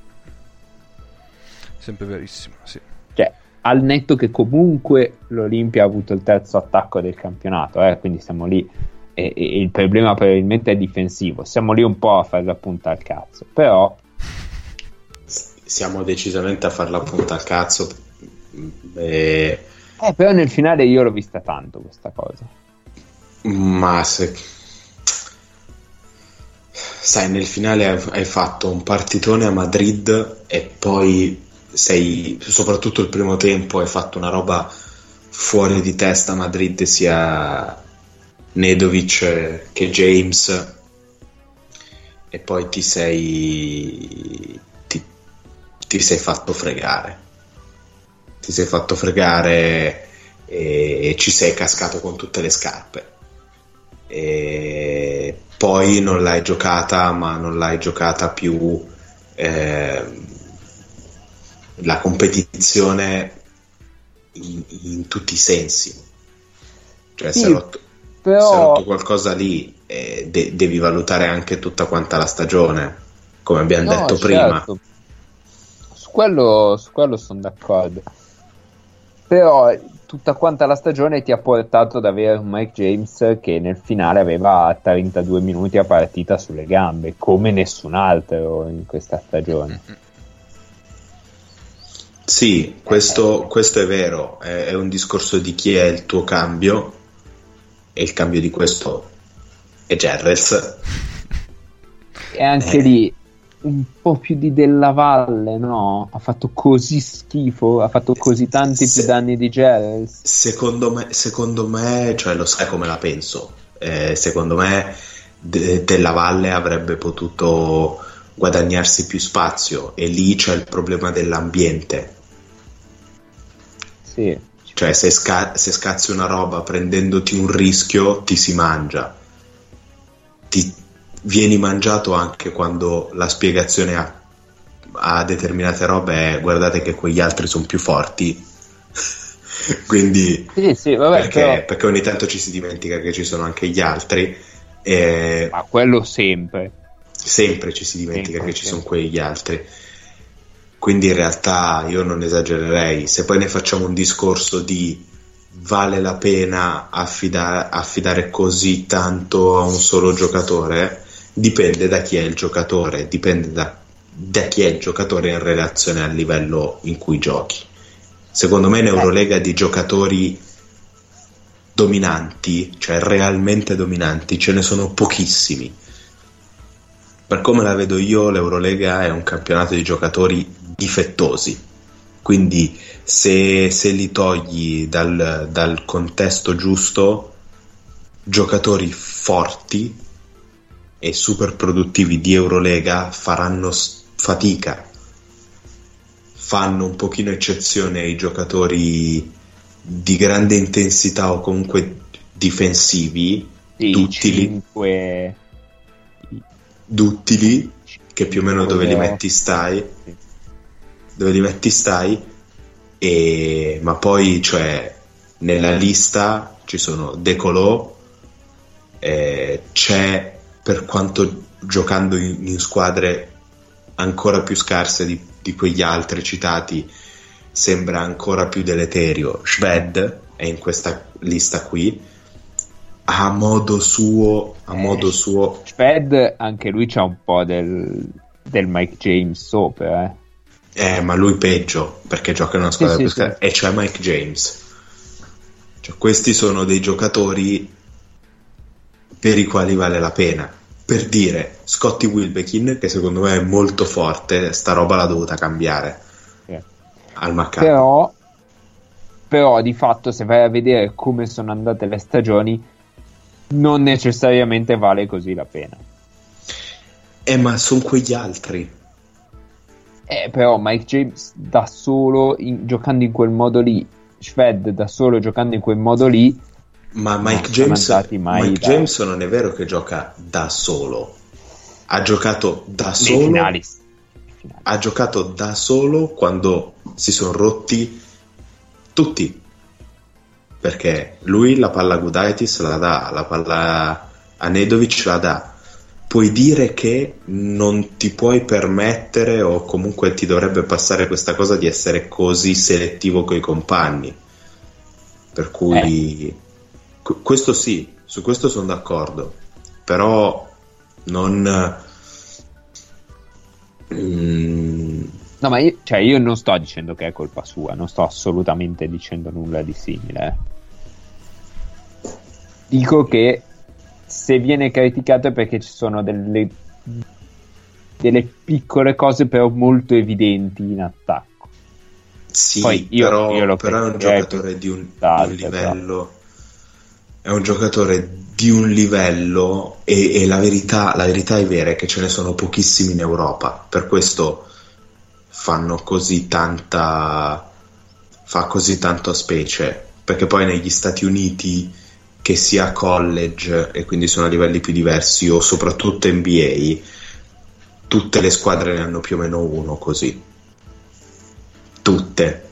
Sempre verissima, sì. Cioè, al netto che comunque l'Olimpia ha avuto il terzo attacco del campionato, eh, quindi siamo lì e, e il problema probabilmente è difensivo. Siamo lì un po' a fare la punta al cazzo, però... Siamo decisamente a far la punta al cazzo. E... Eh, però nel finale io l'ho vista tanto questa cosa. Ma se... Sai, nel finale hai fatto un partitone a Madrid e poi sei, soprattutto il primo tempo, hai fatto una roba fuori di testa a Madrid, sia Nedovic che James, e poi ti sei ti, ti sei fatto fregare ti sei fatto fregare e, e ci sei cascato con tutte le scarpe, e poi non l'hai giocata, ma non l'hai giocata più eh, la competizione in, in tutti i sensi, cioè sì, se, rotto, però... se è rotto qualcosa lì eh, de- devi valutare anche tutta quanta la stagione, come abbiamo no, detto certo. prima. Su quello, su quello sono d'accordo, però tutta quanta la stagione ti ha portato ad avere un Mike James che nel finale aveva trentadue minuti a partita sulle gambe, come nessun altro in questa stagione. Sì, questo, questo è vero, è, è un discorso di chi è il tuo cambio, e il cambio di questo è Gerrels. E anche eh. lì un po' più di Della Valle, no? Ha fatto così schifo, ha fatto così tanti Se, più danni di Gerrels. Secondo me, secondo me, cioè lo sai come la penso, eh, secondo me De- Della Valle avrebbe potuto guadagnarsi più spazio, e lì c'è il problema dell'ambiente. Sì. Cioè se, sca- se scazzi una roba prendendoti un rischio, ti si mangia, ti vieni mangiato anche quando la spiegazione ha, a determinate robe è guardate che quegli altri sono più forti. Quindi sì, sì, vabbè, perché, però... perché ogni tanto ci si dimentica che ci sono anche gli altri, e ma quello sempre sempre ci si dimentica sempre, che ci sempre. sono quegli altri, quindi in realtà io non esagererei. Se poi ne facciamo un discorso di vale la pena affidare, affidare così tanto a un solo giocatore, dipende da chi è il giocatore, dipende da, da chi è il giocatore in relazione al livello in cui giochi. Secondo me in Eurolega di giocatori dominanti, cioè realmente dominanti, ce ne sono pochissimi. Per come la vedo io, l'Eurolega è un campionato di giocatori difettosi, quindi se, se li togli dal, dal contesto giusto, giocatori forti e super produttivi di Eurolega faranno fatica, fanno un pochino eccezione ai giocatori di grande intensità o comunque difensivi, sì, duttili, cinque... duttili, che più o meno dove li metti stai, dove li metti stai, e ma poi cioè nella lista ci sono De Colo, eh, c'è, per quanto giocando in, in squadre ancora più scarse di, di quegli altri citati sembra ancora più deleterio, Shved è in questa lista qui, a modo suo a eh, modo suo Shved anche lui c'ha un po' del, del Mike James sopra, eh. Eh, ma lui peggio, perché gioca in una squadra sì, più sì, scarsa, sì. E c'è Mike James, cioè, questi sono dei giocatori per i quali vale la pena. Per dire, Scotty Wilbekin, che secondo me è molto forte, sta roba l'ha dovuta cambiare, sì, al Maccabi. Però, però di fatto se vai a vedere come sono andate le stagioni, non necessariamente vale così la pena. Eh, ma sono quegli altri. Eh, però Mike James da solo in, giocando in quel modo lì, Shved da solo giocando in quel modo lì, ma Mike James Mike da... James non è vero che gioca da solo, ha giocato da solo finali. Finali. Ha giocato da solo quando si sono rotti tutti, perché lui la palla a Gudaitis la dà, la palla a Nedovic la dà. Puoi dire che non ti puoi permettere, o comunque ti dovrebbe passare questa cosa di essere così selettivo coi compagni, per cui eh. qu- questo sì, su questo sono d'accordo, però non mm... no, ma io, cioè io non sto dicendo che è colpa sua, non sto assolutamente dicendo nulla di simile, eh. Dico che se viene criticato è perché ci sono delle delle piccole cose però molto evidenti in attacco. Sì, poi io, però, io lo però è un giocatore di un, di un livello, è un giocatore di un livello e, e la verità la verità è vera, è che ce ne sono pochissimi in Europa, per questo fanno così tanta fa così tanto specie, perché poi negli Stati Uniti, che sia college e quindi sono a livelli più diversi, o soprattutto N B A, tutte le squadre ne hanno più o meno uno così, tutte,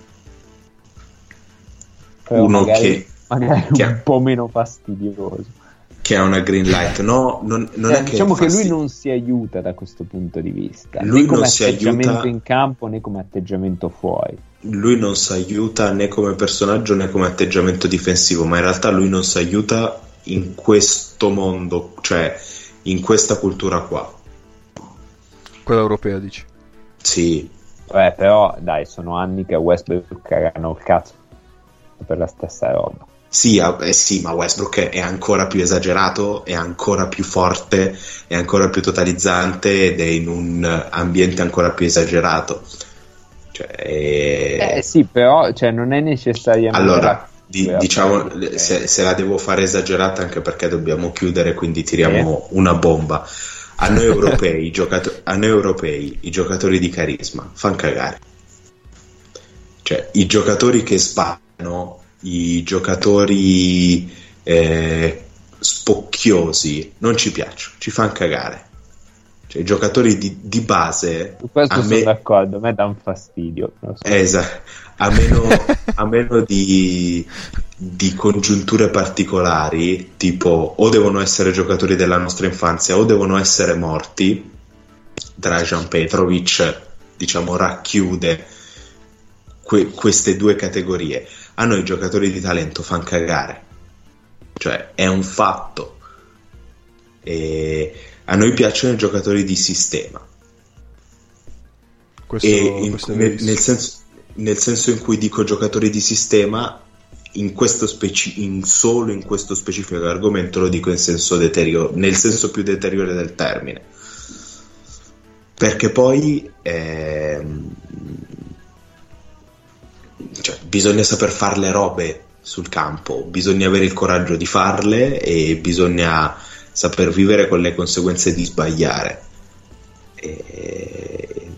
però uno magari, che magari che un ha, po' meno fastidioso, che ha una green light. No, non, non cioè, è che diciamo che fastid- lui non si aiuta da questo punto di vista, lui né come non si atteggiamento aiuta in campo né come atteggiamento fuori. Lui non si aiuta né come personaggio né come atteggiamento difensivo, ma in realtà lui non si aiuta in questo mondo, cioè in questa cultura qua, quella europea, dici? Sì. Beh, però dai, sono anni che Westbrook cagano il cazzo per la stessa roba. Sì, eh, sì, ma Westbrook è ancora più esagerato, è ancora più forte, è ancora più totalizzante ed è in un ambiente ancora più esagerato. Cioè, è... Eh sì, però cioè, non è necessariamente... Allora, di, diciamo, se, se la devo fare esagerata, anche perché dobbiamo chiudere, quindi tiriamo eh. una bomba. A noi europei, giocato- a noi europei i giocatori di carisma fanno cagare. Cioè, i giocatori che sbagliano, i giocatori eh, spocchiosi non ci piacciono, ci fanno cagare. Cioè, Cioè, i giocatori di, di base... Su questo a sono me... d'accordo, a me dà un fastidio. So. Esatto, a meno, a meno di, di congiunture particolari, tipo o devono essere giocatori della nostra infanzia o devono essere morti. Dražan Petrovic, diciamo, racchiude que- queste due categorie. A noi i giocatori di talento fanno cagare, cioè è un fatto. E a noi piacciono i giocatori di sistema. Questo, e in, questo nel, nel, senso, nel senso in cui dico giocatori di sistema, in questo speci- in solo in questo specifico argomento lo dico in senso deteriore, nel senso più deteriore del termine, perché poi ehm, cioè, bisogna saper fare le robe sul campo, bisogna avere il coraggio di farle e bisogna saper vivere con le conseguenze di sbagliare. E...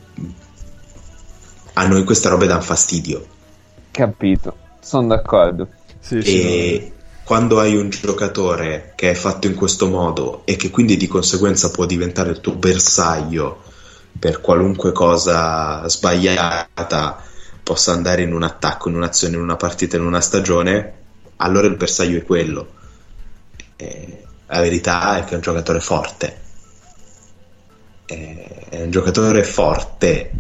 a noi queste robe danno fastidio. Capito, sono d'accordo. Sì, e sì, quando hai un giocatore che è fatto in questo modo e che quindi di conseguenza può diventare il tuo bersaglio per qualunque cosa sbagliata possa andare in un attacco, in un'azione, in una partita, in una stagione, allora il bersaglio è quello. E la verità è che è un giocatore forte, è un giocatore forte,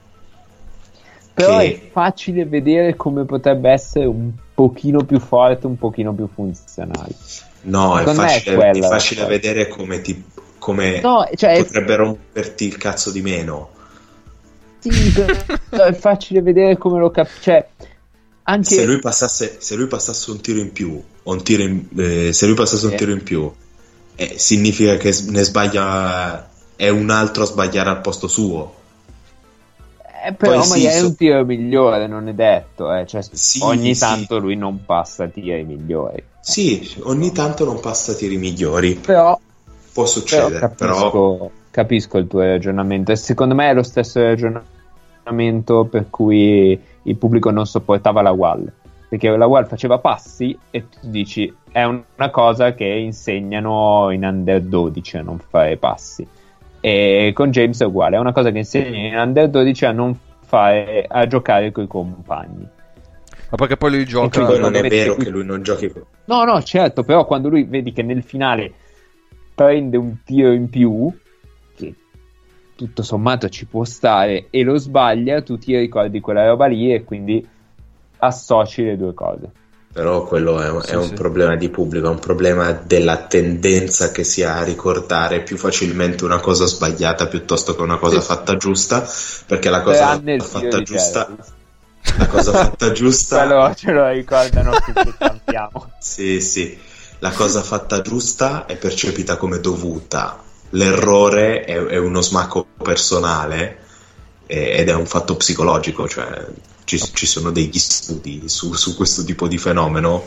però che... è facile vedere come potrebbe essere un pochino più forte, un pochino più funzionale. No, è Secondo me facile, è è quella facile la cosa. vedere come, ti, come No, cioè, potrebbe romperti il cazzo di meno. Sì, però è facile vedere come lo cap... cioè, anche... Se lui passasse, se lui passasse un tiro in più, o un tiro in, eh, se lui passasse un Eh. tiro in più, eh, significa che ne sbaglia, è un altro a sbagliare al posto suo. Eh, però Poi sì, magari è so- un tiro migliore, non è detto, eh. Cioè, Sì, ogni sì. tanto lui non passa tiri migliori. Sì, ogni tanto non passa tiri migliori, Però, può però succedere, capisco, però, capisco il tuo ragionamento e secondo me è lo stesso ragionamento per cui il pubblico non sopportava la Wall, perché la Wall faceva passi e tu dici è un- una cosa che insegnano in under dodici a non fare passi, e con James è uguale, è una cosa che insegnano in under dodici a non fare, a giocare coi compagni. ma perché poi lui gioca... quindi poi non è vedi vero che- che lui non giochi. No, no, certo, però quando lui vedi che nel finale prende un tiro in più, che tutto sommato ci può stare, e lo sbaglia, tu ti ricordi quella roba lì e quindi associ le due cose. Però quello è, un- Sì, è un sì. problema di pubblico, è un problema della tendenza che si ha a ricordare più facilmente una cosa sbagliata piuttosto che una cosa Sì. fatta giusta, perché la cosa Tranne il tiro fatta di giusta, Jervis. la cosa fatta giusta, Quello ce lo ricordano tutti, campiamo. sì, sì, la cosa fatta giusta è percepita come dovuta, l'errore è, è uno smacco personale eh, ed è un fatto psicologico, cioè ci, ci sono degli studi su, su questo tipo di fenomeno.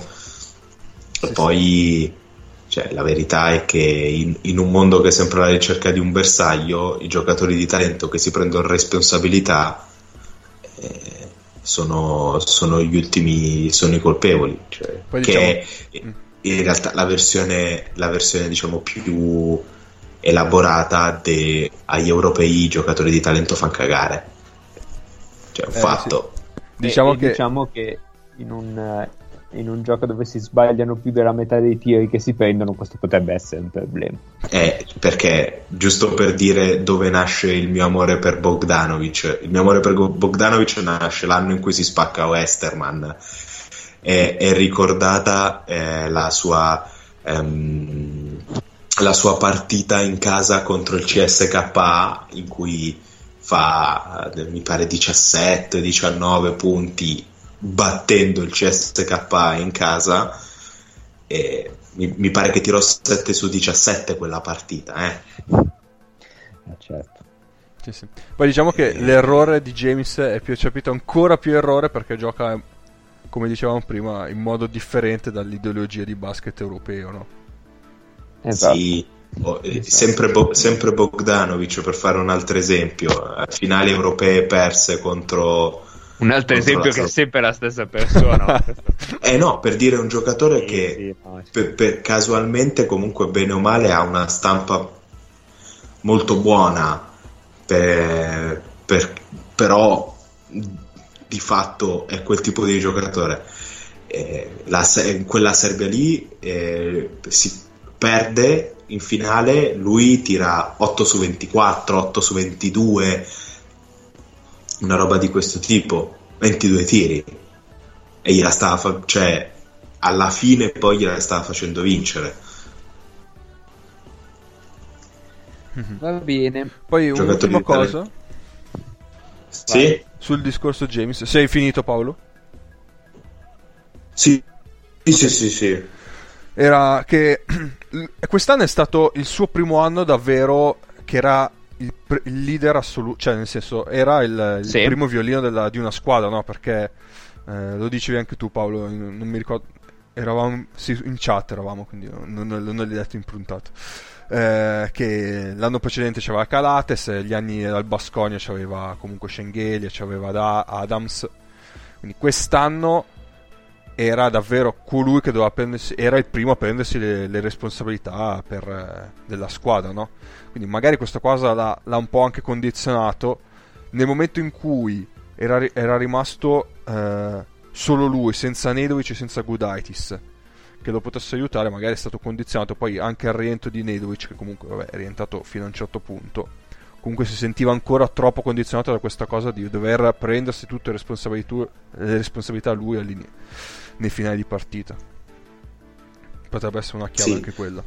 E Sì, poi cioè, la verità è che in, in un mondo che è sempre alla ricerca di un bersaglio, i giocatori di talento che si prendono responsabilità eh, sono, sono gli ultimi, sono i colpevoli, cioè, Poi che diciamo- è in realtà la versione, la versione diciamo più elaborata de, agli europei i giocatori di talento fanno cagare, cioè è un Eh, fatto. Diciamo E- e che... diciamo che in un, eh, in un gioco dove si sbagliano più della metà dei tiri che si prendono, questo potrebbe essere un problema. Eh, perché giusto per dire dove nasce il mio amore per Bogdanovic, il mio amore per Go- Bogdanovic nasce l'anno in cui si spacca Westerman, è, è ricordata eh, la sua ehm, la sua partita in casa contro il C S K A in cui fa eh, mi pare diciassette diciannove punti battendo il C S K A in casa, e mi, mi pare che tirò sette su diciassette quella partita, eh. Eh, certo. Sì, sì. Poi diciamo che Eh. l'errore di James è percepito ancora più errore perché gioca, come dicevamo prima, in modo differente dall'ideologia di basket europeo, no? Esatto. Sì, oh, eh, sempre, Bo- sempre Bogdanovic, per fare un altro esempio, eh, finali europee perse contro Un altro contro esempio la che è Slo- sempre la stessa persona. eh no, per dire un giocatore Sì, che sì, no, sì. per, per- casualmente comunque bene o male ha una stampa molto buona, per, per, però di fatto è quel tipo di giocatore. Eh, la, quella Serbia lì eh, si perde in finale, lui tira otto su ventiquattro, otto su ventidue, una roba di questo tipo, ventidue tiri, e gliela stava fa- cioè alla fine poi gliela stava facendo vincere. Va bene. Poi un'ultima cosa. Sì? Sul discorso James. Sei finito, Paolo? Sì. Sì, sì, sì, sì. Era che quest'anno è stato il suo primo anno davvero che era il, pre- il leader assoluto, cioè nel senso era il, il sì. primo violino della, di una squadra, no? Perché eh, lo dicevi anche tu, Paolo, non, non mi ricordo, eravamo sì, in chat eravamo, quindi non, non, non l'hai detto improntato. Eh, che l'anno precedente c'aveva Calates, gli anni dal Baskonia c'aveva comunque Schengelia, c'aveva da Adams, quindi quest'anno era davvero colui che doveva prendersi, era il primo a prendersi le, le responsabilità per, eh, della squadra, no? Quindi magari questa cosa l'ha, l'ha un po' anche condizionato nel momento in cui era, era rimasto eh, solo lui, senza Nedovic e senza Gudaitis, che lo potesse aiutare. Magari è stato condizionato poi anche al rientro di Nedovic, che comunque vabbè, è rientrato fino a un certo punto, comunque si sentiva ancora troppo condizionato da questa cosa di dover prendersi tutte le responsabilità, le responsabilità lui all'inizio, nei finali di partita. Potrebbe essere una chiave, sì, anche quella.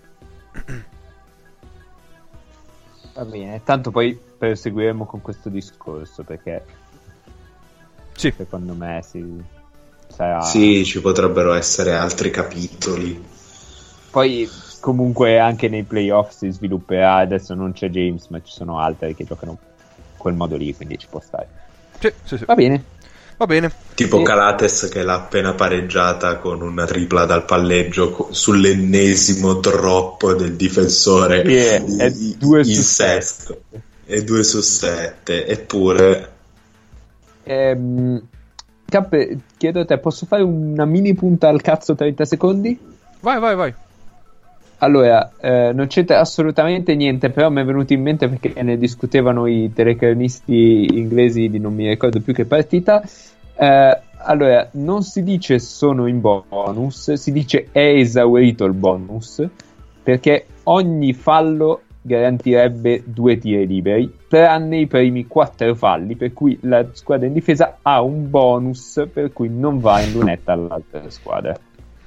Va bene, tanto poi proseguiremo con questo discorso, perché sì, secondo me si sarà... Sì, ci potrebbero essere altri capitoli. Poi comunque anche nei playoff si svilupperà, adesso non c'è James ma ci sono altri che giocano in quel modo lì, quindi ci può stare. Sì, sì, sì. Va bene. Va bene. Tipo e... Calates che l'ha appena pareggiata con una tripla dal palleggio sull'ennesimo drop del difensore, yeah, è due in su sesto e due su sette, eppure ehm, Cap, chiedo a te, posso fare una mini punta al cazzo trenta secondi? Vai, vai, vai. Allora, eh, non c'entra assolutamente niente, però mi è venuto in mente perché ne discutevano i telecronisti inglesi di non mi ricordo più che partita. Eh, allora, non si dice sono in bonus, si dice è esaurito il bonus, perché ogni fallo garantirebbe due tiri liberi, tranne i primi quattro falli, per cui la squadra in difesa ha un bonus, per cui non va in lunetta all'altra squadra.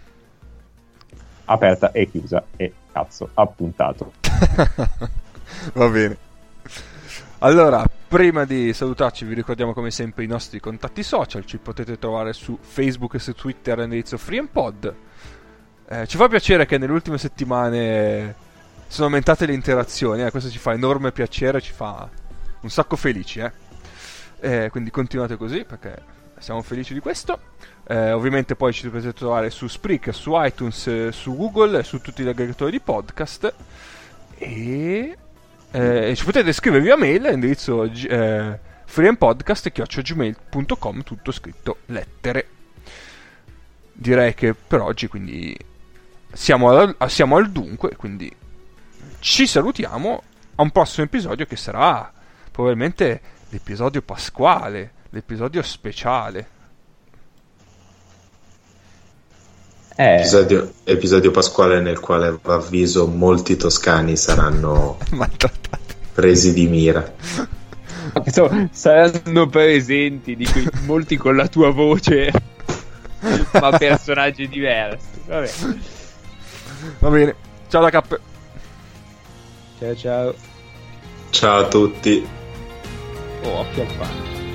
Aperta e chiusa e cazzo appuntato. Va bene. Allora, prima di salutarci vi ricordiamo come sempre i nostri contatti social. Ci potete trovare su Facebook e su Twitter all'indirizzo FreeMPod. Eh, ci fa piacere che nelle ultime settimane sono aumentate le interazioni, eh? Questo ci fa enorme piacere, ci fa un sacco felici, eh? Eh, quindi continuate così perché siamo felici di questo. Eh, ovviamente poi ci potete trovare su Spreaker, su iTunes, eh, su Google e su tutti gli aggregatori di podcast, e, eh, e ci potete scrivere via mail all'indirizzo eh, freeandpodcast chiocciola gmail punto com, tutto scritto lettere. Direi che per oggi quindi siamo al, siamo al dunque, quindi ci salutiamo a un prossimo episodio che sarà probabilmente l'episodio pasquale, l'episodio speciale. Eh. Episodio, episodio pasquale nel quale, avviso, molti toscani saranno presi di mira. Saranno presenti, di cui molti con la tua voce, ma personaggi diversi. Vabbè. Va bene, ciao da Cappe. Ciao ciao. Ciao a tutti. Oh, occhio al pane.